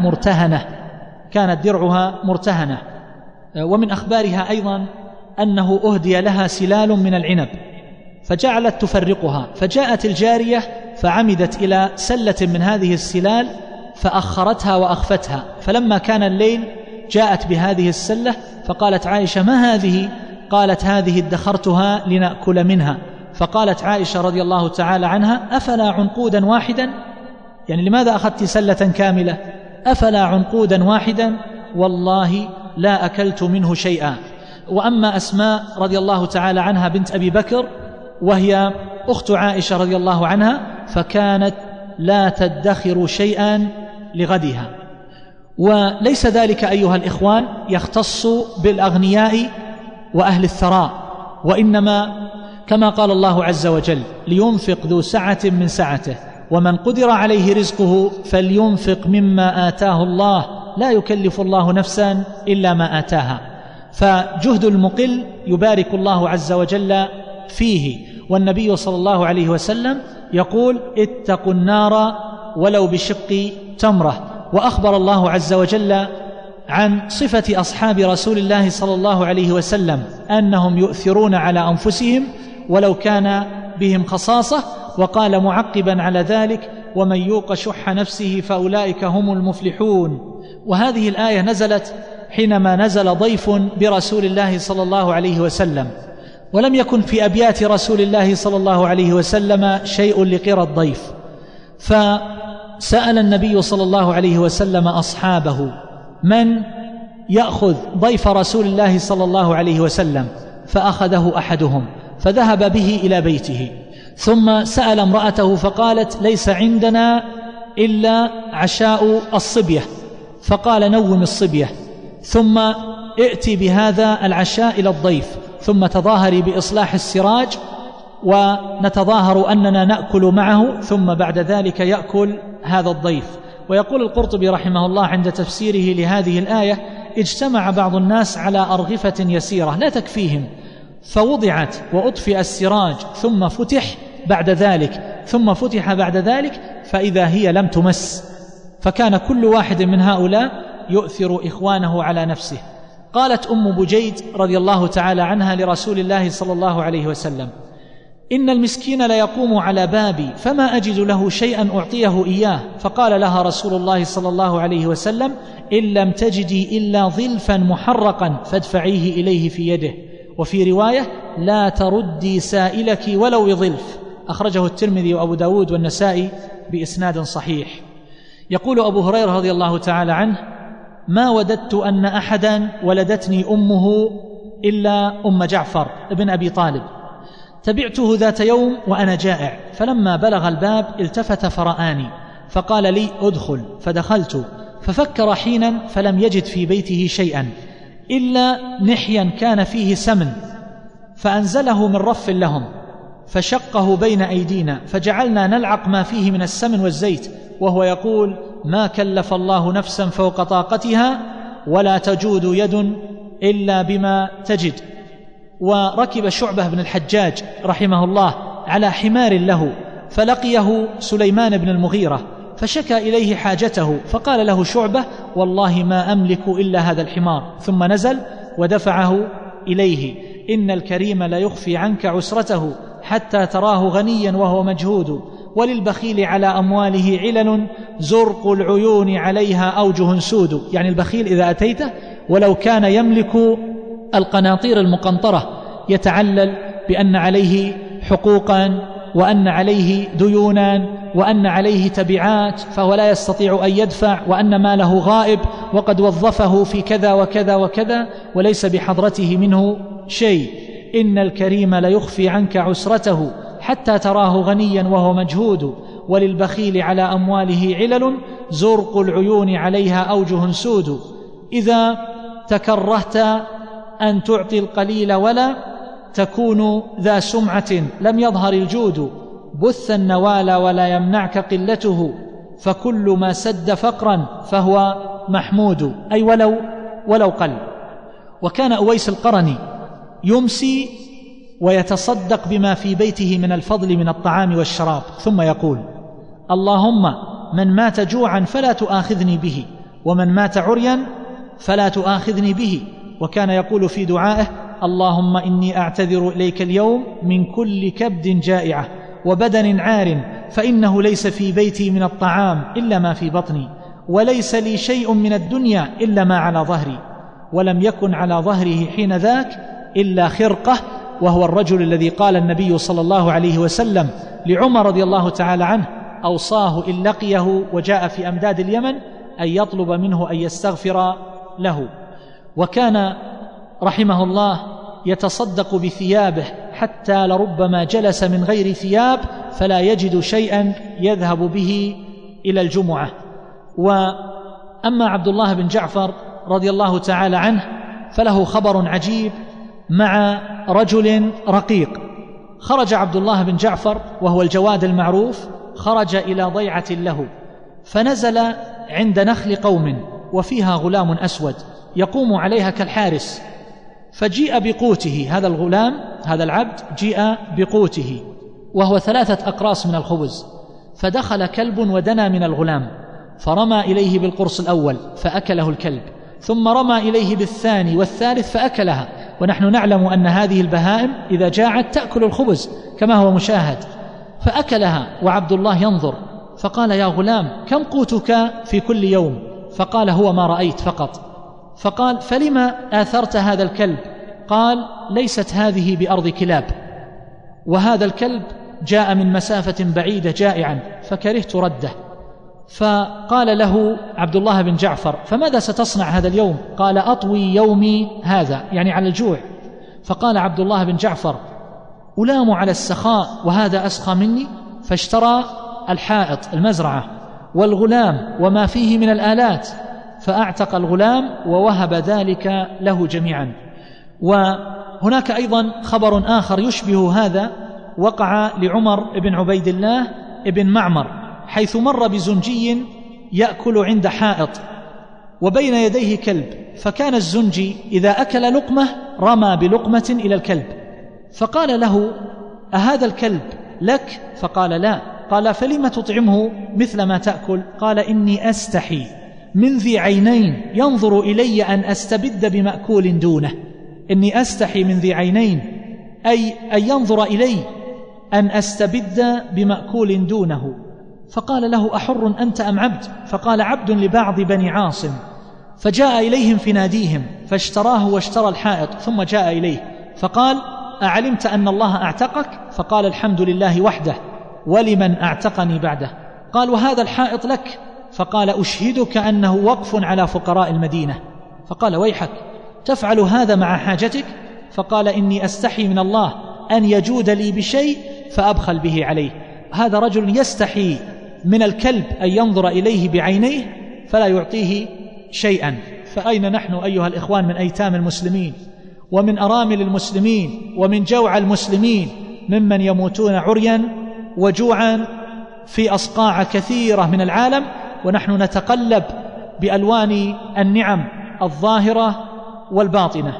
مرتهنة. ومن أخبارها أيضا أنه أهدي لها سلال من العنب فجعلت تفرقها، فجاءت الجارية فعمدت إلى سلة من هذه السلال فأخرتها وأخفتها، فلما كان الليل جاءت بهذه السلة فقالت عائشة: ما هذه؟ قالت: هذه ادخرتها لنأكل منها. فقالت عائشة رضي الله تعالى عنها: أفلا عنقودا واحدا؟ يعني لماذا أخذت سلة كاملة؟ أفلا عنقودا واحدا؟ والله لا أكلت منه شيئا. وأما أسماء رضي الله تعالى عنها بنت أبي بكر، وهي أخت عائشة رضي الله عنها، فكانت لا تدخر شيئا لغدها. وليس ذلك أيها الإخوان يختص بالأغنياء وأهل الثراء، وإنما كما قال الله عز وجل: لينفق ذو سعة من سعته ومن قدر عليه رزقه فلينفق مما آتاه الله لا يكلف الله نفسا إلا ما آتاها. فجهد المقل يبارك الله عز وجل فيه. والنبي صلى الله عليه وسلم يقول: اتقوا النار ولو بشق تمرة. وأخبر الله عز وجل عن صفة أصحاب رسول الله صلى الله عليه وسلم أنهم يؤثرون على أنفسهم ولو كان بهم خصاصة، وقال معقبا على ذلك: ومن يوق شح نفسه فأولئك هم المفلحون. وهذه الآية نزلت حينما نزل ضيف برسول الله صلى الله عليه وسلم، ولم يكن في أبيات رسول الله صلى الله عليه وسلم شيء لقرى الضيف، فسأل النبي صلى الله عليه وسلم أصحابه: من يأخذ ضيف رسول الله صلى الله عليه وسلم؟ فأخذه أحدهم فذهب به إلى بيته، ثم سأل امرأته فقالت: ليس عندنا إلا عشاء الصبية، فقال: نوم الصبية ثم ائتي بهذا العشاء إلى الضيف، ثم تظاهري بإصلاح السراج ونتظاهر أننا نأكل معه، ثم بعد ذلك يأكل هذا الضيف. ويقول القرطبي رحمه الله عند تفسيره لهذه الآية: اجتمع بعض الناس على أرغفة يسيرة لا تكفيهم، فوضعت وأطفئ السراج ثم فتح بعد ذلك فإذا هي لم تمس، فكان كل واحد من هؤلاء يؤثر إخوانه على نفسه. قالت أم بجيد رضي الله تعالى عنها لرسول الله صلى الله عليه وسلم: إن المسكين ليقوم على بابي فما أجد له شيئا أعطيه إياه، فقال لها رسول الله صلى الله عليه وسلم: إن لم تجدي إلا ظلفا محرقا فادفعيه إليه في يده. وفي رواية: لا تردي سائلك ولو بظلف. أخرجه الترمذي وأبو داود والنسائي بإسناد صحيح. يقول أبو هريرة رضي الله تعالى عنه: ما وددت أن أحدا ولدتني أمه إلا أم جعفر ابن أبي طالب، تبعته ذات يوم وأنا جائع، فلما بلغ الباب التفت فرآني فقال لي: أدخل، فدخلت، ففكر حينا فلم يجد في بيته شيئا إلا نحيا كان فيه سمن، فأنزله من رف لهم فشقه بين أيدينا، فجعلنا نلعق ما فيه من السمن والزيت، وهو يقول: ما كلف الله نفسا فوق طاقتها ولا تجود يد إلا بما تجد. وركب شعبة بن الحجاج رحمه الله على حمار له، فلقيه سليمان بن المغيرة فشكى إليه حاجته، فقال له شعبة: والله ما أملك إلا هذا الحمار، ثم نزل ودفعه إليه. إن الكريم لا يخفي عنك عسرته حتى تراه غنيا وهو مجهود، وللبخيل على أمواله علل زرق العيون عليها أوجه سود. يعني البخيل إذا أتيته ولو كان يملك القناطير المقنطرة يتعلل بأن عليه حقوقا وأن عليه ديونا وأن عليه تبعات، فهو لا يستطيع أن يدفع، وأن ماله غائب وقد وظفه في كذا وكذا وكذا وليس بحضرته منه شيء. إن الكريم ليخفي عنك عسرته حتى تراه غنيا وهو مجهود، وللبخيل على أمواله علل زرق العيون عليها أوجه سود. إذا تكرهت أن تعطي القليل ولا تكون ذا سمعة لم يظهر الجود، بث النوال ولا يمنعك قلته، فكل ما سد فقرا فهو محمود، أي ولو قل. وكان أويس القرني يمسي ويتصدق بما في بيته من الفضل من الطعام والشراب، ثم يقول: اللهم من مات جوعا فلا تؤاخذني به، ومن مات عريا فلا تؤاخذني به. وكان يقول في دعائه: اللهم إني أعتذر إليك اليوم من كل كبد جائعة وبدن عار، فإنه ليس في بيتي من الطعام إلا ما في بطني، وليس لي شيء من الدنيا إلا ما على ظهري، ولم يكن على ظهره حين ذاك إلا خرقة. وهو الرجل الذي قال النبي صلى الله عليه وسلم لعمر رضي الله تعالى عنه: أوصاه إن لقيه وجاء في أمداد اليمن أن يطلب منه أن يستغفر له. وكان رحمه الله يتصدق بثيابه حتى لربما جلس من غير ثياب فلا يجد شيئا يذهب به إلى الجمعة. وأما عبد الله بن جعفر رضي الله تعالى عنه فله خبر عجيب مع رجل رقيق. خرج عبد الله بن جعفر وهو الجواد المعروف، خرج إلى ضيعة له، فنزل عند نخل قوم وفيها غلام أسود يقوم عليها كالحارس، فجيء بقوته. هذا الغلام، هذا العبد، جيء بقوته وهو 3 أقراص من الخبز، فدخل كلب ودنا من الغلام فرمى إليه بالقرص الأول فأكله الكلب، ثم رمى إليه بالثاني والثالث فأكلها. ونحن نعلم أن هذه البهائم إذا جاعت تأكل الخبز كما هو مشاهد، فأكلها وعبد الله ينظر، فقال: يا غلام كم قوتك في كل يوم؟ فقال: هو ما رأيت فقط. فقال: فلما آثرت هذا الكلب؟ قال: ليست هذه بأرض كلاب، وهذا الكلب جاء من مسافة بعيدة جائعا فكرهت رده. فقال له عبد الله بن جعفر: فماذا ستصنع هذا اليوم؟ قال: أطوي يومي هذا، يعني على الجوع. فقال عبد الله بن جعفر: ألام على السخاء وهذا أسخى مني. فاشترى الحائط، المزرعة، والغلام وما فيه من الآلات، فأعتق الغلام ووهب ذلك له جميعا. وهناك أيضا خبر آخر يشبه هذا وقع لعمر بن عبيد الله بن معمر، حيث مر بزنجي يأكل عند حائط وبين يديه كلب، فكان الزنجي إذا أكل لقمة رمى بلقمة إلى الكلب، فقال له: أهذا الكلب لك؟ فقال: لا. قال: فلم تطعمه مثل ما تأكل؟ قال: إني أستحي من ذي عينين ينظر إلي أن أستبد بمأكول دونه. إني أستحي من ذي عينين، أي أن ينظر إلي أن أستبد بمأكول دونه. فقال له: أحر أنت أم عبد؟ فقال: عبد لبعض بني عاصم. فجاء إليهم في ناديهم فاشتراه واشترى الحائط، ثم جاء إليه فقال: أعلمت أن الله أعتقك؟ فقال: الحمد لله وحده، ولمن أعتقني بعده. قال: وهذا الحائط لك؟ فقال: أشهدك أنه وقف على فقراء المدينة. فقال: ويحك، تفعل هذا مع حاجتك؟ فقال: إني أستحي من الله أن يجود لي بشيء فأبخل به عليه. هذا رجل يستحي من الكلب أن ينظر إليه بعينيه فلا يعطيه شيئا. فأين نحن أيها الإخوان من أيتام المسلمين ومن أرامل المسلمين ومن جوع المسلمين ممن يموتون عريا وجوعا في أصقاع كثيرة من العالم، ونحن نتقلب بألوان النعم الظاهرة والباطنة.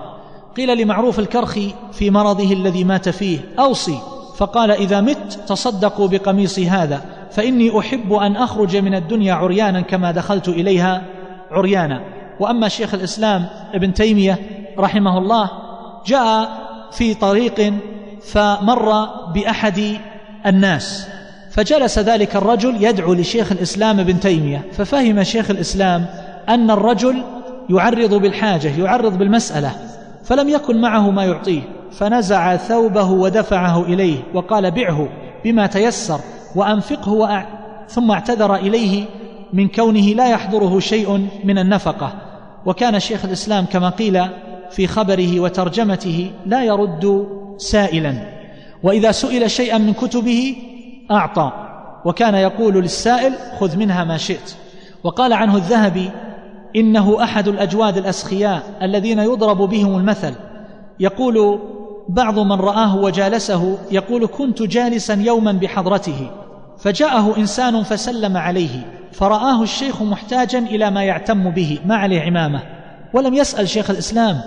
قيل لمعروف الكرخي في مرضه الذي مات فيه: أوصي. فقال: إذا مت تصدقوا بقميصي هذا، فإني أحب أن أخرج من الدنيا عريانا كما دخلت إليها عريانا. وأما شيخ الإسلام ابن تيمية رحمه الله، جاء في طريق فمر بأحد الناس، فجلس ذلك الرجل يدعو لشيخ الإسلام ابن تيمية، ففهم شيخ الإسلام أن الرجل يعرض بالحاجة، يعرض بالمسألة، فلم يكن معه ما يعطيه، فنزع ثوبه ودفعه إليه وقال: بعه بما تيسر وأنفقه ثم اعتذر إليه من كونه لا يحضره شيء من النفقة. وكان شيخ الإسلام كما قيل في خبره وترجمته لا يرد سائلا، وإذا سئل شيئا من كتبه أعطى، وكان يقول للسائل: خذ منها ما شئت. وقال عنه الذهبي: إنه أحد الأجواد الأسخياء الذين يضرب بهم المثل. يقول بعض من رآه وجالسه، يقول: كنت جالسا يوما بحضرته فجاءه إنسان فسلم عليه، فرآه الشيخ محتاجا إلى ما يعتم به، ما عليه عمامة، ولم يسأل شيخ الإسلام،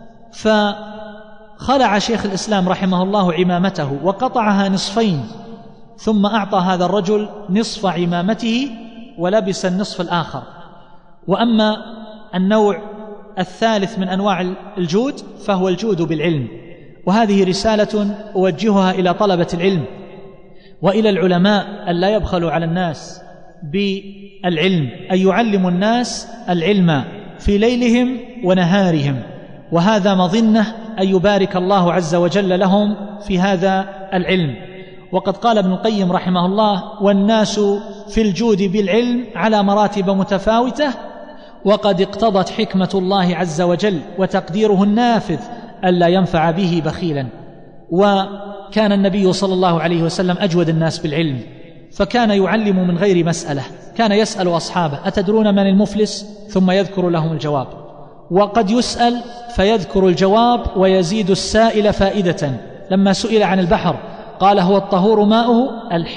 فخلع شيخ الإسلام رحمه الله عمامته وقطعها نصفين، ثم أعطى هذا الرجل نصف عمامته ولبس النصف الآخر. وأما النوع الثالث من أنواع الجود فهو الجود بالعلم، وهذه رسالة أوجهها إلى طلبة العلم وإلى العلماء أن لا يبخلوا على الناس بالعلم، أن يعلموا الناس العلم في ليلهم ونهارهم، وهذا مظنة أن يبارك الله عز وجل لهم في هذا العلم. وقد قال ابن القيم رحمه الله: والناس في الجود بالعلم على مراتب متفاوتة، وقد اقتضت حكمة الله عز وجل وتقديره النافذ ألا ينفع به بخيلا. وكان النبي صلى الله عليه وسلم أجود الناس بالعلم، فكان يعلم من غير مسألة، كان يسأل أصحابه: أتدرون من المفلس؟ ثم يذكر لهم الجواب. وقد يسأل فيذكر الجواب ويزيد السائل فائدة. لما سئل عن البحر قال: هو الطهور ماؤه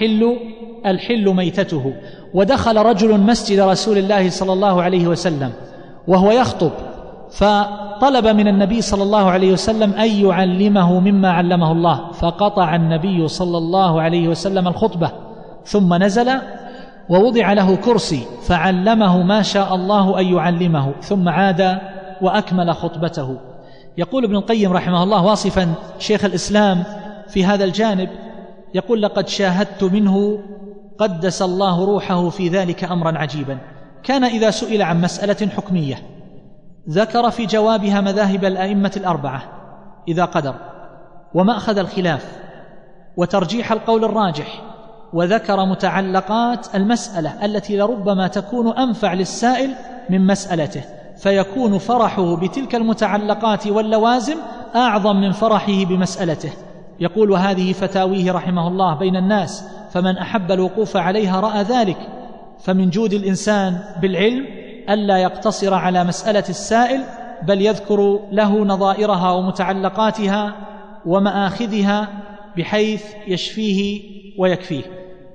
الحل ميتته. ودخل رجل مسجد رسول الله صلى الله عليه وسلم وهو يخطب، فطلب من النبي صلى الله عليه وسلم أن يعلمه مما علمه الله، فقطع النبي صلى الله عليه وسلم الخطبة، ثم نزل ووضع له كرسي فعلمه ما شاء الله أن يعلمه، ثم عاد وأكمل خطبته. يقول ابن القيم رحمه الله واصفا شيخ الإسلام في هذا الجانب، يقول: لقد شاهدت منه قدس الله روحه في ذلك أمرا عجيبا. كان إذا سئل عن مسألة حكمية ذكر في جوابها مذاهب الأئمة الأربعة إذا قدر، ومأخذ الخلاف، وترجيح القول الراجح، وذكر متعلقات المسألة التي لربما تكون أنفع للسائل من مسألته، فيكون فرحه بتلك المتعلقات واللوازم أعظم من فرحه بمسألته. يقول: وهذه فتاويه رحمه الله بين الناس، فمن أحب الوقوف عليها رأى ذلك. فمن جود الإنسان بالعلم ألا يقتصر على مسألة السائل، بل يذكر له نظائرها ومتعلقاتها ومآخذها بحيث يشفيه ويكفيه.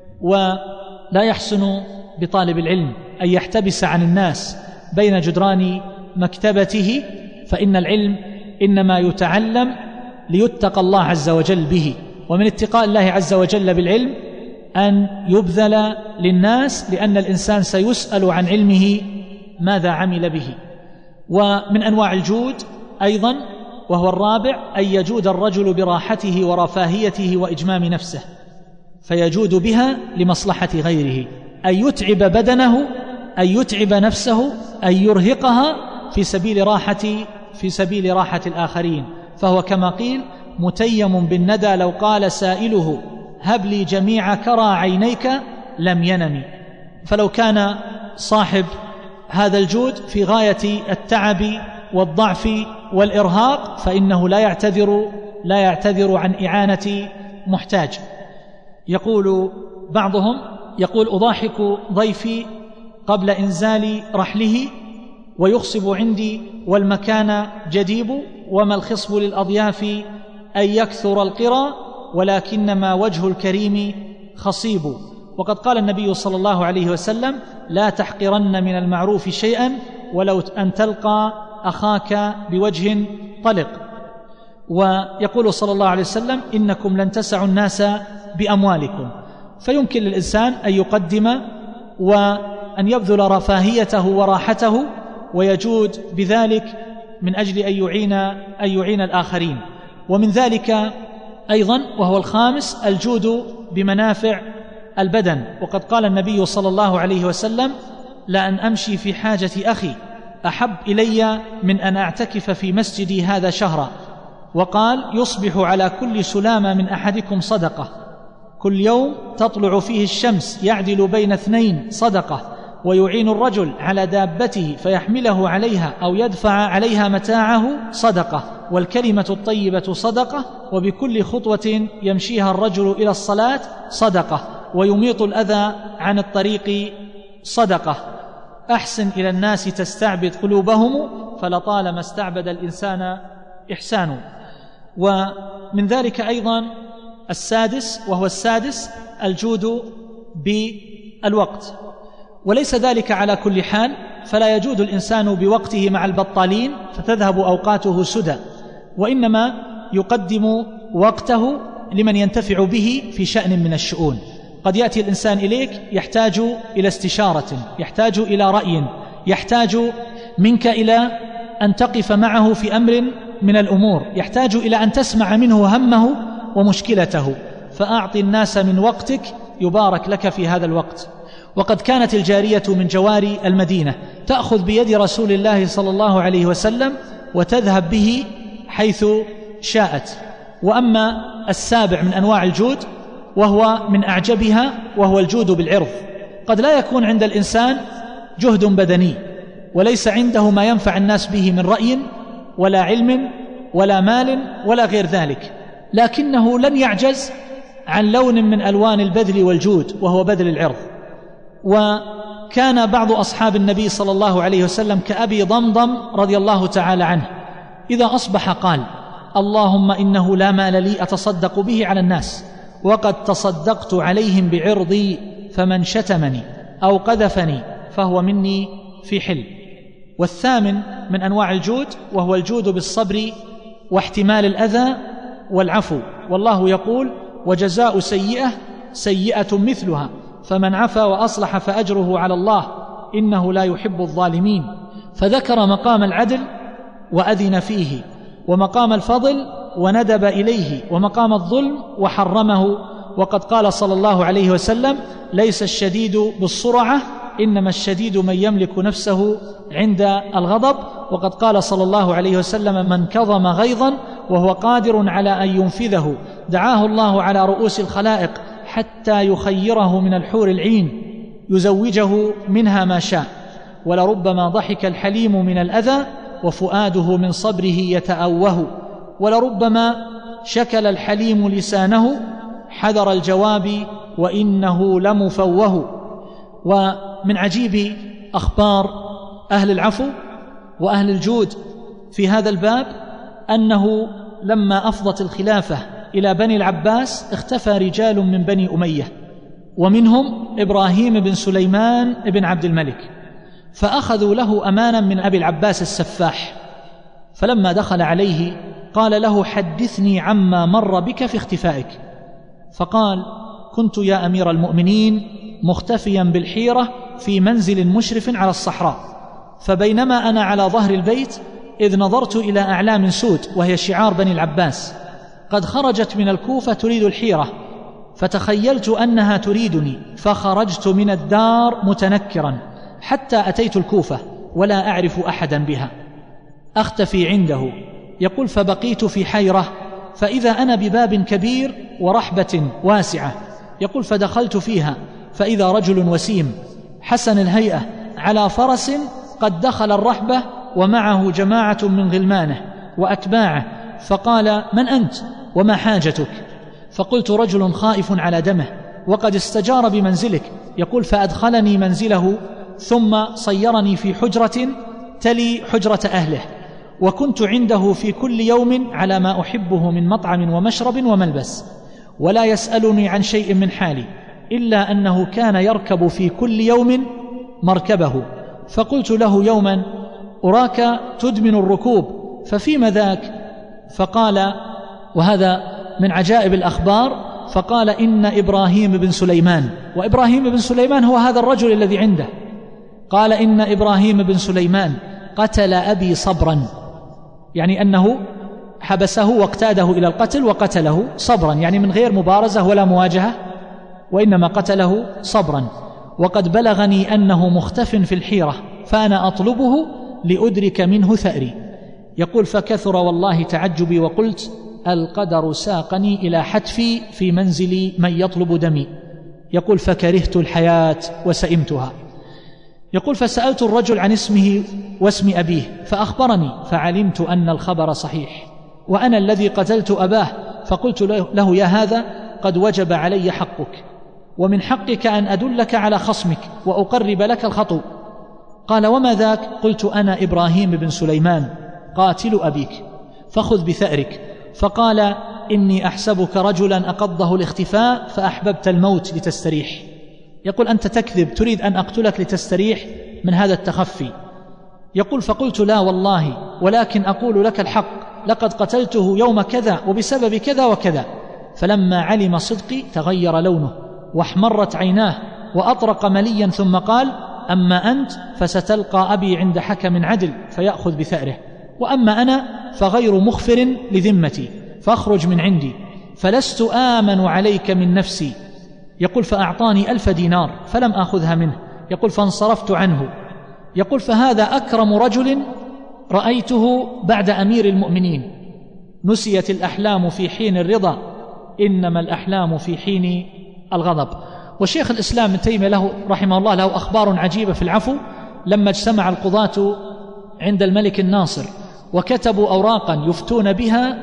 ولا يحسن بطالب العلم أن يحتبس عن الناس بين جدران مكتبته، فإن العلم إنما يتعلم ليتقى الله عز وجل به، ومن اتقاء الله عز وجل بالعلم أن يبذل للناس، لأن الإنسان سيسأل عن علمه ماذا عمل به. ومن أنواع الجود أيضا وهو الرابع أن يجود الرجل براحته ورفاهيته وإجمام نفسه، فيجود بها لمصلحة غيره، أن يتعب بدنه، أن يتعب نفسه، أن يرهقها في سبيل راحة الآخرين. فهو كما قيل: متيم بالندى لو قال سائله هب لي جميع كرى عينيك لم ينم. فلو كان صاحب هذا الجود في غاية التعب والضعف والإرهاق فإنه لا يعتذر عن إعانة محتاج. يقول بعضهم: يقول: أضاحك ضيفي قبل إنزال رحله ويخصب عندي والمكان جديب، وما الخصب للأضياف أن يكثر القرى ولكنما وجه الكريم خصيب. وقد قال النبي صلى الله عليه وسلم: لا تحقرن من المعروف شيئا ولو أن تلقى أخاك بوجه طلق. ويقول صلى الله عليه وسلم إنكم لن تسعوا الناس بأموالكم، فيمكن للإنسان أن يقدم وأن يبذل رفاهيته وراحته ويجود بذلك من أجل أن يعين الآخرين. ومن ذلك أيضا وهو الخامس الجود بمنافع البدن، وقد قال النبي صلى الله عليه وسلم لأن أمشي في حاجة أخي أحب إلي من أن أعتكف في مسجدي هذا شهرا. وقال يصبح على كل سلامة من أحدكم صدقة، كل يوم تطلع فيه الشمس يعدل بين اثنين صدقة، ويعين الرجل على دابته فيحمله عليها أو يدفع عليها متاعه صدقة، والكلمة الطيبة صدقة، وبكل خطوة يمشيها الرجل إلى الصلاة صدقة، ويميط الأذى عن الطريق صدقة. أحسن إلى الناس تستعبد قلوبهم فلطالما استعبد الإنسان إحسانه. ومن ذلك أيضا السادس الجود بالوقت، وليس ذلك على كل حال، فلا يجود الإنسان بوقته مع البطالين فتذهب أوقاته سدى، وإنما يقدم وقته لمن ينتفع به في شأن من الشؤون. قد يأتي الإنسان إليك يحتاج إلى استشارة، يحتاج إلى رأي، يحتاج منك إلى أن تقف معه في أمر من الأمور، يحتاج إلى أن تسمع منه همه ومشكلته، فأعطي الناس من وقتك يبارك لك في هذا الوقت. وقد كانت الجارية من جواري المدينة تأخذ بيد رسول الله صلى الله عليه وسلم وتذهب به حيث شاءت. وأما السابع من أنواع الجود وهو من أعجبها وهو الجود بالعرض، قد لا يكون عند الإنسان جهد بدني وليس عنده ما ينفع الناس به من رأي ولا علم ولا مال ولا غير ذلك، لكنه لن يعجز عن لون من ألوان البذل والجود وهو بذل العرض. وكان بعض أصحاب النبي صلى الله عليه وسلم كأبي ضمضم رضي الله تعالى عنه إذا أصبح قال اللهم إنه لا مال لي أتصدق به على الناس، وقد تصدقت عليهم بعرضي، فمن شتمني أو قذفني فهو مني في حل. والثامن من أنواع الجود وهو الجود بالصبر واحتمال الأذى والعفو، والله يقول وجزاء سيئة سيئة مثلها، فمن عفا وأصلح فأجره على الله إنه لا يحب الظالمين. فذكر مقام العدل وأذن فيه، ومقام الفضل وندب إليه، ومقام الظلم وحرمه. وقد قال صلى الله عليه وسلم ليس الشديد بالسرعة إنما الشديد من يملك نفسه عند الغضب. وقد قال صلى الله عليه وسلم من كظم غيظا وهو قادر على أن ينفذه دعاه الله على رؤوس الخلائق حتى يخيره من الحور العين يزوجه منها ما شاء. ولربما ضحك الحليم من الأذى وفؤاده من صبره يتأوه، ولربما شكل الحليم لسانه حذر الجواب وإنه لمفوه. ومن عجيب أخبار أهل العفو وأهل الجود في هذا الباب أنه لما أفضت الخلافة إلى بني العباس اختفى رجال من بني أمية، ومنهم إبراهيم بن سليمان بن عبد الملك، فأخذوا له أمانا من أبي العباس السفاح. فلما دخل عليه قال له حدثني عما مر بك في اختفائك. فقال كنت يا أمير المؤمنين مختفيا بالحيرة في منزل مشرف على الصحراء، فبينما أنا على ظهر البيت إذ نظرت إلى أعلام سود وهي شعار بني العباس قد خرجت من الكوفة تريد الحيرة، فتخيلت أنها تريدني فخرجت من الدار متنكرا حتى أتيت الكوفة ولا أعرف أحدا بها أختفي عنده. يقول فبقيت في حيرة، فإذا أنا بباب كبير ورحبة واسعة. يقول فدخلت فيها فإذا رجل وسيم حسن الهيئة على فرس قد دخل الرحبة ومعه جماعة من غلمانه وأتباعه، فقال من أنت وما حاجتك؟ فقلت رجل خائف على دمه وقد استجار بمنزلك. يقول فأدخلني منزله ثم صيرني في حجرة تلي حجرة أهله، وكنت عنده في كل يوم على ما أحبه من مطعم ومشرب وملبس، ولا يسألني عن شيء من حالي إلا أنه كان يركب في كل يوم مركبه. فقلت له يوما أراك تدمن الركوب ففيما ذاك؟ فقال، وهذا من عجائب الأخبار، فقال إن إبراهيم بن سليمان، وإبراهيم بن سليمان هو هذا الرجل الذي عنده، قال إن إبراهيم بن سليمان قتل أبي صبرا، يعني أنه حبسه واقتاده إلى القتل وقتله صبرا، يعني من غير مبارزة ولا مواجهة، وإنما قتله صبرا. وقد بلغني أنه مختف في الحيرة فأنا أطلبه لأدرك منه ثأري. يقول فكثر والله تعجبي وقلت القدر ساقني إلى حتفي في منزل من يطلب دمي. يقول فكرهت الحياة وسئمتها. يقول فسألت الرجل عن اسمه واسم أبيه فأخبرني، فعلمت أن الخبر صحيح وأنا الذي قتلت أباه، فقلت له يا هذا قد وجب علي حقك، ومن حقك أن أدلك على خصمك وأقرب لك الخطو. قال وما ذاك؟ قلت أنا إبراهيم بن سليمان قاتل أبيك، فخذ بثأرك. فقال إني أحسبك رجلا أقضه الاختفاء فأحببت الموت لتستريح. يقول أنت تكذب، تريد أن أقتلك لتستريح من هذا التخفي. يقول فقلت لا والله، ولكن أقول لك الحق، لقد قتلته يوم كذا وبسبب كذا وكذا. فلما علم صدقي تغير لونه واحمرت عيناه وأطرق مليا، ثم قال أما أنت فستلقى أبي عند حكم عدل فيأخذ بثأره، وأما أنا فغير مخفر لذمتي، فاخرج من عندي فلست آمن عليك من نفسي. يقول فأعطاني 1000 دينار فلم أخذها منه. يقول فانصرفت عنه. يقول فهذا أكرم رجل رأيته بعد أمير المؤمنين. نسيت الأحلام في حين الرضا، إنما الأحلام في حين الغضب. وشيخ الإسلام ابن تيمية له رحمه الله له أخبار عجيبة في العفو. لما اجتمع القضاة عند الملك الناصر وكتبوا أوراقا يفتون بها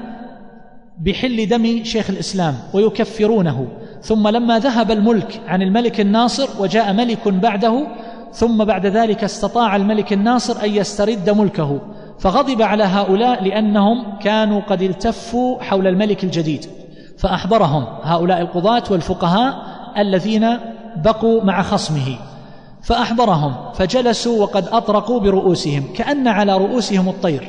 بحل دم شيخ الإسلام ويكفرونه، ثم لما ذهب الملك عن الملك الناصر وجاء ملك بعده، ثم بعد ذلك استطاع الملك الناصر أن يسترد ملكه، فغضب على هؤلاء لأنهم كانوا قد التفوا حول الملك الجديد، فأحضرهم هؤلاء القضاة والفقهاء الذين بقوا مع خصمه، فأحضرهم فجلسوا وقد أطرقوا برؤوسهم كأن على رؤوسهم الطير.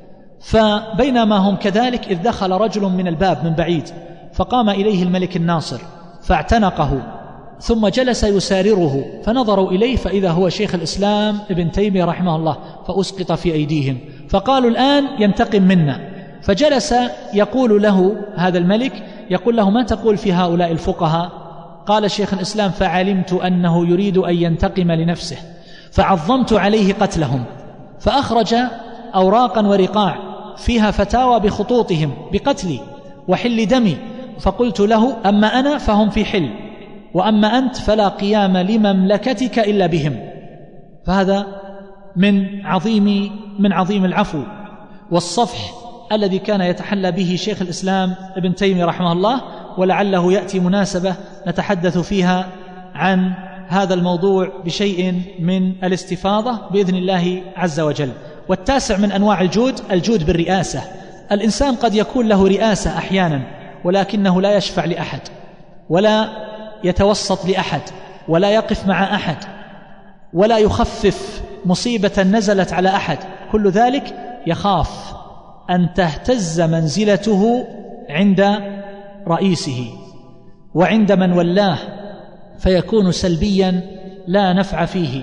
فبينما هم كذلك إذ دخل رجل من الباب من بعيد، فقام إليه الملك الناصر فاعتنقه، ثم جلس يسارره، فنظروا إليه فإذا هو شيخ الإسلام ابن تيمية رحمه الله، فأسقط في أيديهم، فقالوا الآن ينتقم منا. فجلس يقول له هذا الملك، يقول له ما تقول في هؤلاء الفقهاء؟ قال شيخ الإسلام فعلمت أنه يريد أن ينتقم لنفسه فعظمت عليه قتلهم، فأخرج أوراقا ورقاع فيها فتاوى بخطوطهم بقتلي وحل دمي، فقلت له أما أنا فهم في حل، وأما أنت فلا قيام لمملكتك إلا بهم. فهذا من عظيم العفو والصفح الذي كان يتحلى به شيخ الإسلام ابن تيمية رحمه الله. ولعله يأتي مناسبة نتحدث فيها عن هذا الموضوع بشيء من الاستفاضة بإذن الله عز وجل. والتاسع من أنواع الجود بالرئاسة. الإنسان قد يكون له رئاسة أحيانا ولكنه لا يشفع لأحد ولا يتوسط لأحد ولا يقف مع أحد ولا يخفف مصيبة نزلت على أحد، كل ذلك يخاف أن تهتز منزلته عند رئيسه وعند من ولاه، فيكون سلبيا لا نفع فيه.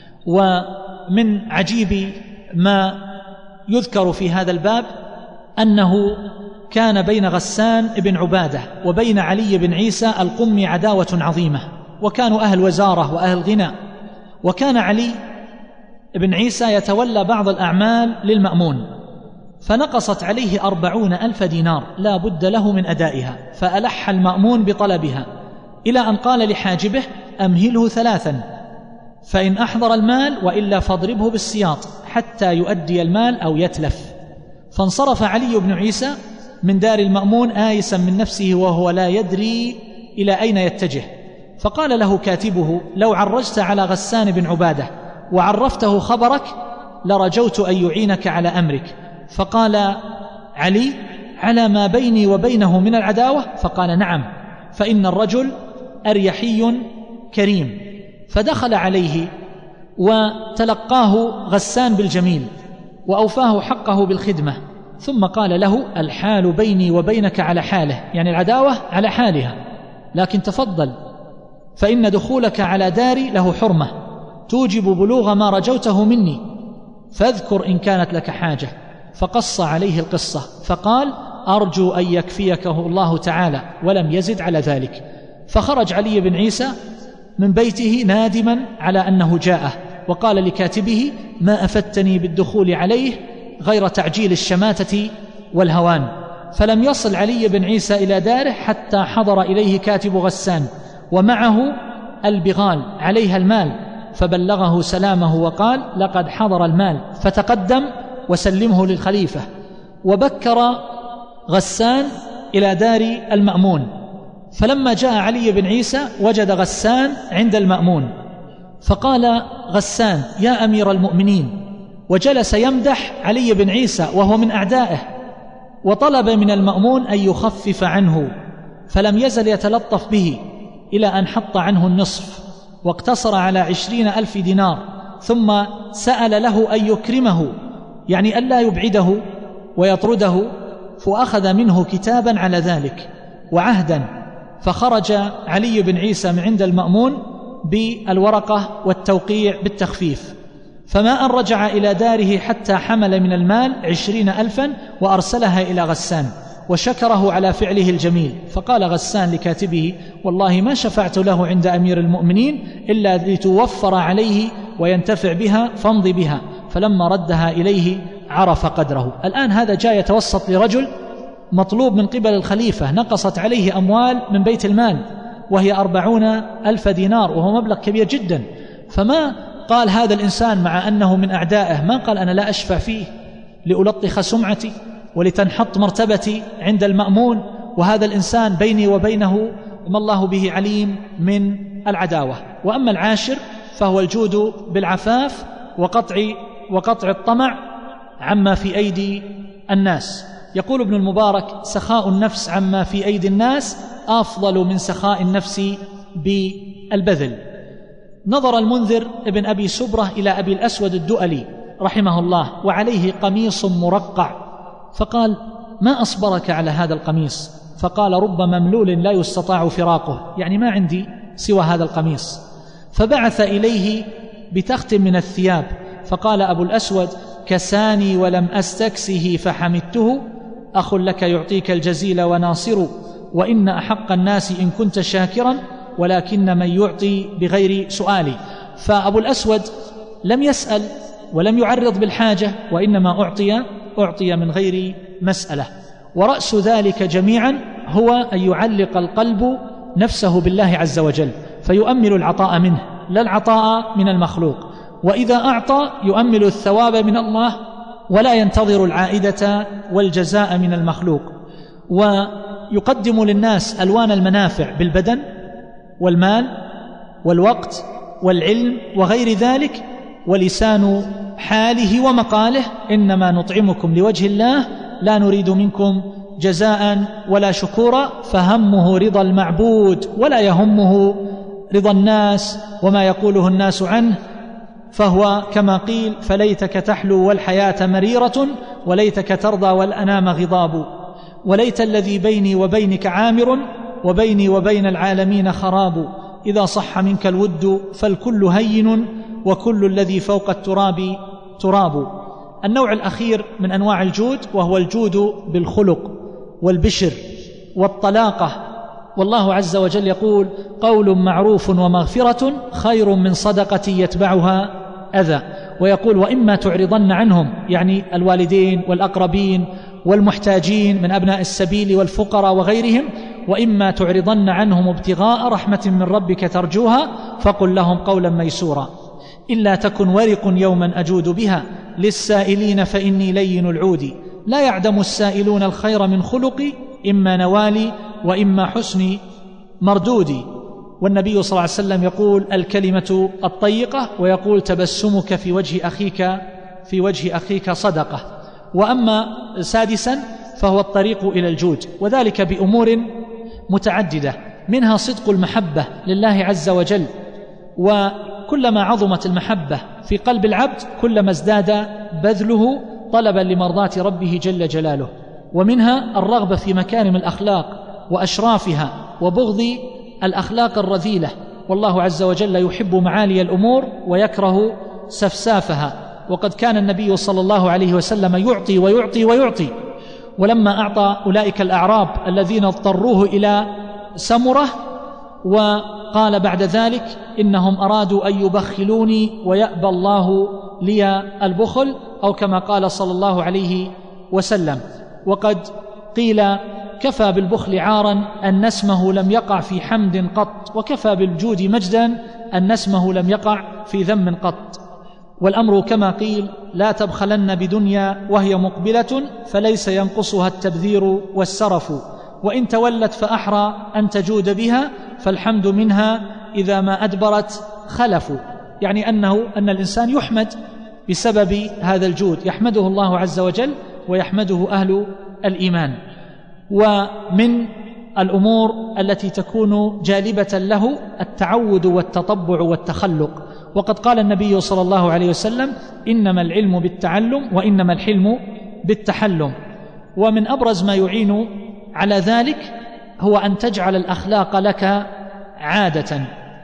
ومن عجيب ما يذكر في هذا الباب أنه كان بين غسان بن عبادة وبين علي بن عيسى القمي عداوة عظيمة، وكانوا أهل وزارة وأهل غنى، وكان علي بن عيسى يتولى بعض الأعمال للمأمون، فنقصت عليه 40,000 دينار لا بد له من أدائها، فألح المأمون بطلبها إلى أن قال لحاجبه أمهله 3، فإن أحضر المال وإلا فاضربه بالسياط حتى يؤدي المال أو يتلف. فانصرف علي بن عيسى من دار المأمون آيسا من نفسه وهو لا يدري إلى أين يتجه، فقال له كاتبه لو عرجت على غسان بن عبادة وعرفته خبرك لرجوت أن يعينك على أمرك. فقال علي على ما بيني وبينه من العداوة؟ فقال نعم، فإن الرجل أريحي كريم. فدخل عليه وتلقاه غسان بالجميل وأوفاه حقه بالخدمة، ثم قال له: الحال بيني وبينك على حاله، يعني العداوة على حالها، لكن تفضل، فإن دخولك على داري له حرمة توجب بلوغ ما رجوته مني، فاذكر إن كانت لك حاجة. فقص عليه القصة، فقال: أرجو أن يكفيكه الله تعالى، ولم يزد على ذلك. فخرج علي بن عيسى من بيته نادما على أنه جاءه، وقال لكاتبه: ما أفدتني بالدخول عليه غير تعجيل الشماتة والهوان. فلم يصل علي بن عيسى إلى داره حتى حضر إليه كاتب غسان ومعه البغال عليها المال، فبلغه سلامه وقال: لقد حضر المال، فتقدم وسلمه للخليفة. وبكر غسان إلى دار المأمون، فلما جاء علي بن عيسى وجد غسان عند المأمون، فقال غسان: يا أمير المؤمنين، وجلس يمدح علي بن عيسى وهو من أعدائه، وطلب من المأمون أن يخفف عنه، فلم يزل يتلطف به إلى أن حط عنه النصف، واقتصر على 20,000 دينار، ثم سأل له أن يكرمه، يعني ألا يبعده ويطرده، فأخذ منه كتابا على ذلك وعهدا. فخرج علي بن عيسى من عند المأمون بالورقة والتوقيع بالتخفيف، فما أن رجع إلى داره حتى حمل من المال 20,000 وأرسلها إلى غسان، وشكره على فعله الجميل. فقال غسان لكاتبه: والله ما شفعت له عند أمير المؤمنين إلا لتوفر عليه وينتفع بها، فامض بها. فلما ردها إليه عرف قدره. الآن هذا جاء يتوسط لرجل مطلوب من قبل الخليفة، نقصت عليه أموال من بيت المال وهي 40,000 دينار، وهو مبلغ كبير جدا. فما قال هذا الإنسان مع أنه من أعدائه، ما قال: أنا لا أشفع فيه لألطخ سمعتي ولتنحط مرتبتي عند المأمون، وهذا الإنسان بيني وبينه ما الله به عليم من العداوة. وأما العاشر فهو الجود بالعفاف وقطع الطمع عما في أيدي الناس. يقول ابن المبارك: سخاء النفس عما في أيدي الناس أفضل من سخاء النفس بالبذل. نظر المنذر ابن أبي سبرة إلى أبي الأسود الدؤلي رحمه الله وعليه قميص مرقع، فقال: ما أصبرك على هذا القميص؟ فقال: رب مملول لا يستطاع فراقه، يعني ما عندي سوى هذا القميص. فبعث إليه بتخت من الثياب، فقال أبو الأسود: كساني ولم أستكسه فحمدته، أخ لك يعطيك الجزيل وناصر، وإن أحق الناس إن كنت شاكرا، ولكن من يعطي بغير سؤالي. فأبو الأسود لم يسأل ولم يعرض بالحاجة، وإنما أعطي من غير مسألة. ورأس ذلك جميعا هو أن يعلق القلب نفسه بالله عز وجل، فيؤمل العطاء منه لا العطاء من المخلوق، وإذا أعطى يؤمل الثواب من الله ولا ينتظر العائدة والجزاء من المخلوق. ويقدم للناس ألوان المنافع بالبدن والمال والوقت والعلم وغير ذلك، ولسان حاله ومقاله: إنما نطعمكم لوجه الله لا نريد منكم جزاء ولا شكورا، فهمه رضا المعبود ولا يهمه رضا الناس وما يقوله الناس عنه، فهو كما قيل: فليتك تحلو والحياة مريرة، وليتك ترضى والأنام غضاب، وليت الذي بيني وبينك عامر، وبيني وبين العالمين خراب، إذا صح منك الود فالكل هين، وكل الذي فوق التراب تراب. النوع الأخير من أنواع الجود وهو الجود بالخلق والبشر والطلاقة. والله عز وجل يقول: قول معروف ومغفرة خير من صدقة يتبعها أذى. ويقول: وإما تعرضن عنهم، يعني الوالدين والأقربين والمحتاجين من أبناء السبيل والفقراء وغيرهم، وإما تعرضن عنهم ابتغاء رحمة من ربك ترجوها فقل لهم قولا ميسورا، إلا تكن ورق يوما أجود بها للسائلين فإني لين العود، لا يعدم السائلون الخير من خلقي، إما نوالي وإما حسن مردودي. والنبي صلى الله عليه وسلم يقول: الكلمة الطيقة، ويقول: تبسمك في وجه أخيك صدقة. وأما سادسا فهو الطريق إلى الجود، وذلك بأمور متعددة، منها صدق المحبة لله عز وجل، وكلما عظمت المحبة في قلب العبد كلما ازداد بذله طلبا لمرضاة ربه جل جلاله. ومنها الرغبة في مكارم الأخلاق وأشرافها وبغض الأخلاق الرذيلة، والله عز وجل يحب معالي الأمور ويكره سفسافها. وقد كان النبي صلى الله عليه وسلم يعطي ويعطي ويعطي، ولما أعطى أولئك الأعراب الذين اضطروه إلى سمرة وقال بعد ذلك إنهم أرادوا أن يبخلوني ويأبى الله لي البخل، أو كما قال صلى الله عليه وسلم. وقد قيل كفى بالبخل عارا أن اسمه لم يقع في حمد قط، وكفى بالجود مجدا أن اسمه لم يقع في ذم قط. والأمر كما قيل لا تبخلن بدنيا وهي مقبلة فليس ينقصها التبذير والسرف، وإن تولت فأحرى أن تجود بها فالحمد منها إذا ما أدبرت خلف. يعني أن الإنسان يحمد بسبب هذا الجود، يحمده الله عز وجل ويحمده أهل الإيمان. ومن الأمور التي تكون جالبة له التعود والتطبع والتخلق، وقد قال النبي صلى الله عليه وسلم إنما العلم بالتعلم وإنما الحلم بالتحلم. ومن أبرز ما يعين على ذلك هو أن تجعل الأخلاق لك عادة،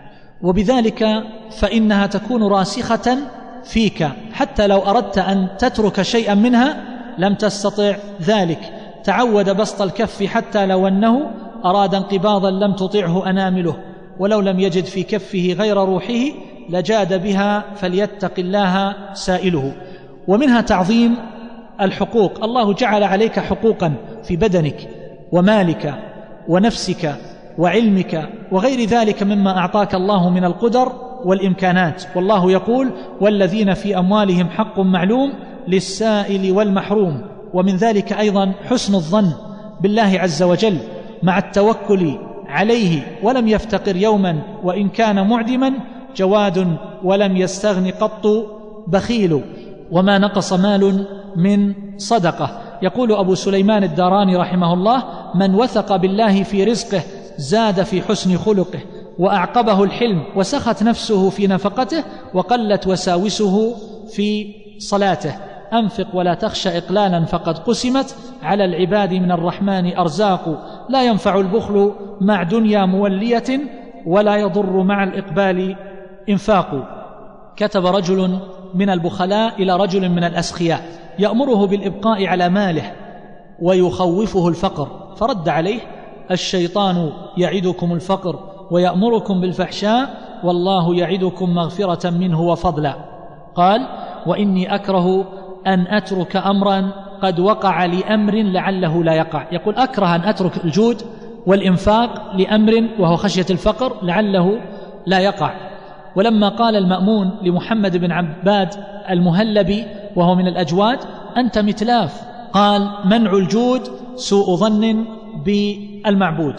وبذلك فإنها تكون راسخة فيك، حتى لو أردت أن تترك شيئا منها لم تستطع ذلك. تعود بسط الكف حتى لو أنه أراد انقباضا لم تطعه أنامله، ولو لم يجد في كفه غير روحه لجاد بها فليتق الله سائله. ومنها تعظيم الحقوق، الله جعل عليك حقوقا في بدنك ومالك ونفسك وعلمك وغير ذلك مما أعطاك الله من القدر والإمكانات، والله يقول والذين في أموالهم حق معلوم للسائل والمحروم. ومن ذلك أيضا حسن الظن بالله عز وجل مع التوكل عليه، ولم يفتقر يوما وإن كان معدما، جواد ولم يستغن قط بخيل، وما نقص مال من صدقة. يقول أبو سليمان الداراني رحمه الله من وثق بالله في رزقه زاد في حسن خلقه، وأعقبه الحلم وسخت نفسه في نفقته، وقلت وساوسه في صلاته. أنفق ولا تخشى إقلالا فقد قسمت على العباد من الرحمن أرزاق، لا ينفع البخل مع دنيا مولية ولا يضر مع الإقبال إنفاق. كتب رجل من البخلاء إلى رجل من الأسخياء يأمره بالإبقاء على ماله ويخوفه الفقر، فرد عليه الشيطان يعدكم الفقر ويأمركم بالفحشاء والله يعدكم مغفرة منه وفضلا. قال وإني أكره أن أترك أمرا قد وقع لأمر لعله لا يقع. يقول أكره أن أترك الجود والإنفاق لأمر وهو خشية الفقر لعله لا يقع. ولما قال المأمون لمحمد بن عباد المهلبي وهو من الأجواد أنت متلاف، قال منع الجود سوء ظن بالمعبود.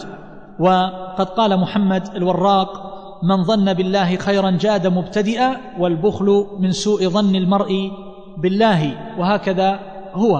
وقد قال محمد الوراق من ظن بالله خيرا جاد مبتدئا، والبخل من سوء ظن المرء بالله، وهكذا هو.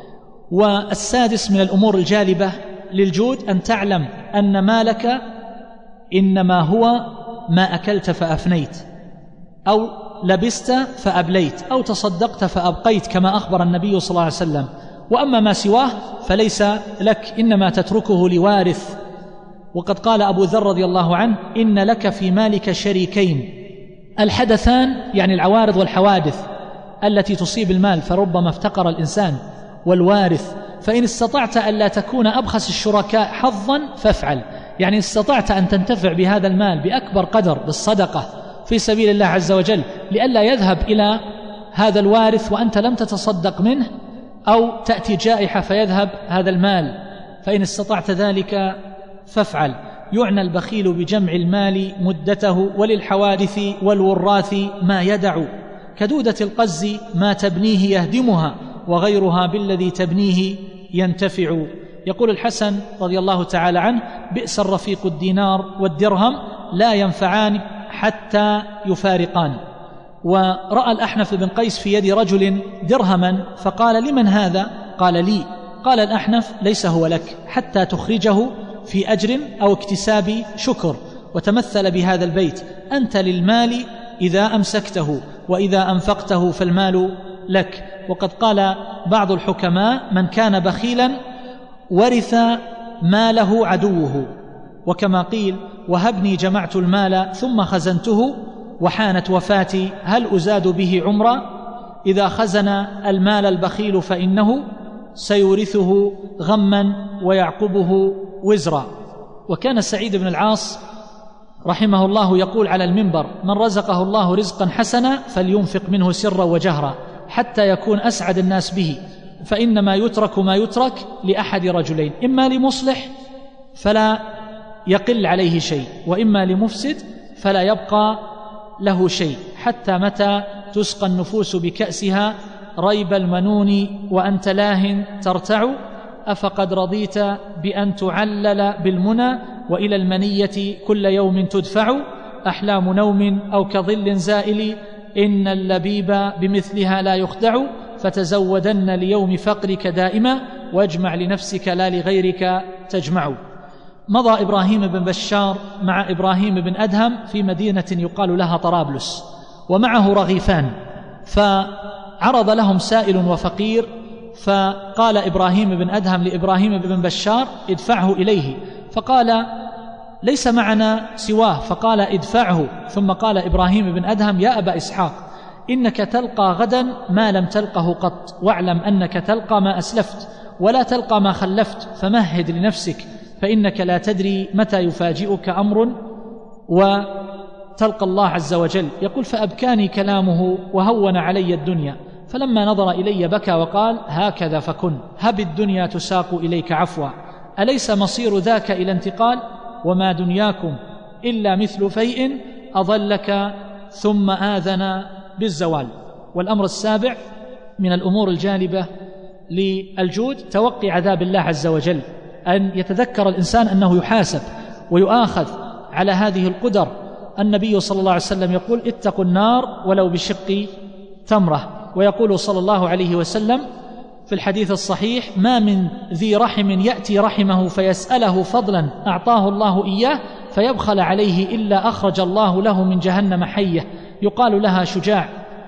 والسادس من الأمور الجالبة للجود أن تعلم أن مالك إنما هو ما أكلت فأفنيت، أو لبست فأبليت، أو تصدقت فأبقيت، كما أخبر النبي صلى الله عليه وسلم. وأما ما سواه فليس لك، إنما تتركه لوارث. وقد قال أبو ذر رضي الله عنه إن لك في مالك شريكين، الحدثان يعني العوارض والحوادث التي تصيب المال فربما افتقر الإنسان، والوارث. فإن استطعت أن لا تكون أبخس الشركاء حظا فافعل، يعني استطعت أن تنتفع بهذا المال بأكبر قدر بالصدقة في سبيل الله عز وجل، لئلا يذهب إلى هذا الوارث وأنت لم تتصدق منه، أو تأتي جائحة فيذهب هذا المال. فإن استطعت ذلك فافعل. يعنى البخيل بجمع المال مدته، وللحوادث والوراث ما يدع، كدودة القز ما تبنيه يهدمها، وغيرها بالذي تبنيه ينتفع. يقول الحسن رضي الله تعالى عنه بئس الرفيق الدينار والدرهم لا ينفعان حتى يفارقان. ورأى الأحنف بن قيس في يد رجل درهما فقال لمن هذا؟ قال لي. قال الأحنف ليس هو لك حتى تخرجه في أجر أو اكتساب شكر. وتمثل بهذا البيت أنت للمال إذا أمسكته، وإذا أنفقته فالمال لك. وقد قال بعض الحكماء: من كان بخيلا ورث ماله عدوه. وكما قيل: وهبني جمعت المال ثم خزنته وحانت وفاتي هل أزاد به عمرا. إذا خزن المال البخيل فإنه سيورثه غما ويعقبه وزرا. وكان سعيد بن العاص رحمه الله يقول على المنبر: من رزقه الله رزقا حسنا فلينفق منه سرا وجهرا حتى يكون أسعد الناس به، فإنما يترك ما يترك لأحد رجلين: إما لمصلح فلا يقل عليه شيء، وإما لمفسد فلا يبقى له شيء، حتى متى تسقى النفوس بكأسها ريب المنون وأنت لاه ترتع، أفقد رضيت بأن تعلل بالمنى وإلى المنية كل يوم تدفع، أحلام نوم أو كظل زائل إن اللبيب بمثلها لا يخدع، فتزودن ليوم فقرك دائما واجمع لنفسك لا لغيرك تجمع. مضى إبراهيم بن بشار مع إبراهيم بن أدهم في مدينة يقال لها طرابلس، ومعه رغيفان، فعرض لهم سائل وفقير، فقال إبراهيم بن أدهم لإبراهيم بن بشار: ادفعه إليه. فقال: ليس معنا سواه. فقال: ادفعه. ثم قال إبراهيم بن أدهم: يا أبا إسحاق، إنك تلقى غدا ما لم تلقه قط، واعلم أنك تلقى ما أسلفت ولا تلقى ما خلفت، فمهد لنفسك فإنك لا تدري متى يفاجئك أمر وتلقى الله عز وجل. يقول: فأبكاني كلامه وهون علي الدنيا، فلما نظر إلي بكى وقال: هكذا فكن، هب الدنيا تساق إليك عفوا، أليس مصير ذاك إلى انتقال، وما دنياكم إلا مثل فيء أضلك ثم آذن بالزوال. والأمر السابع من الأمور الجانبة للجود توقي عذاب الله عز وجل، أن يتذكر الإنسان أنه يحاسب ويؤاخذ على هذه القدر. النبي صلى الله عليه وسلم يقول: اتقوا النار ولو بشق تمرة. ويقول صلى الله عليه وسلم في الحديث الصحيح: ما من ذي رحم يأتي رحمه فيسأله فضلا أعطاه الله إياه فيبخل عليه إلا أخرج الله له من جهنم حية يقال لها شجاع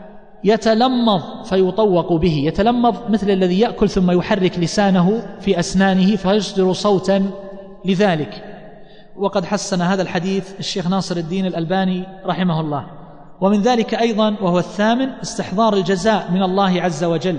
يتلمض فيطوق به. يتلمض مثل الذي يأكل ثم يحرك لسانه في أسنانه فيصدر صوتا لذلك. وقد حسن هذا الحديث الشيخ ناصر الدين الألباني رحمه الله. ومن ذلك أيضا وهو الثامن استحضار الجزاء من الله عز وجل،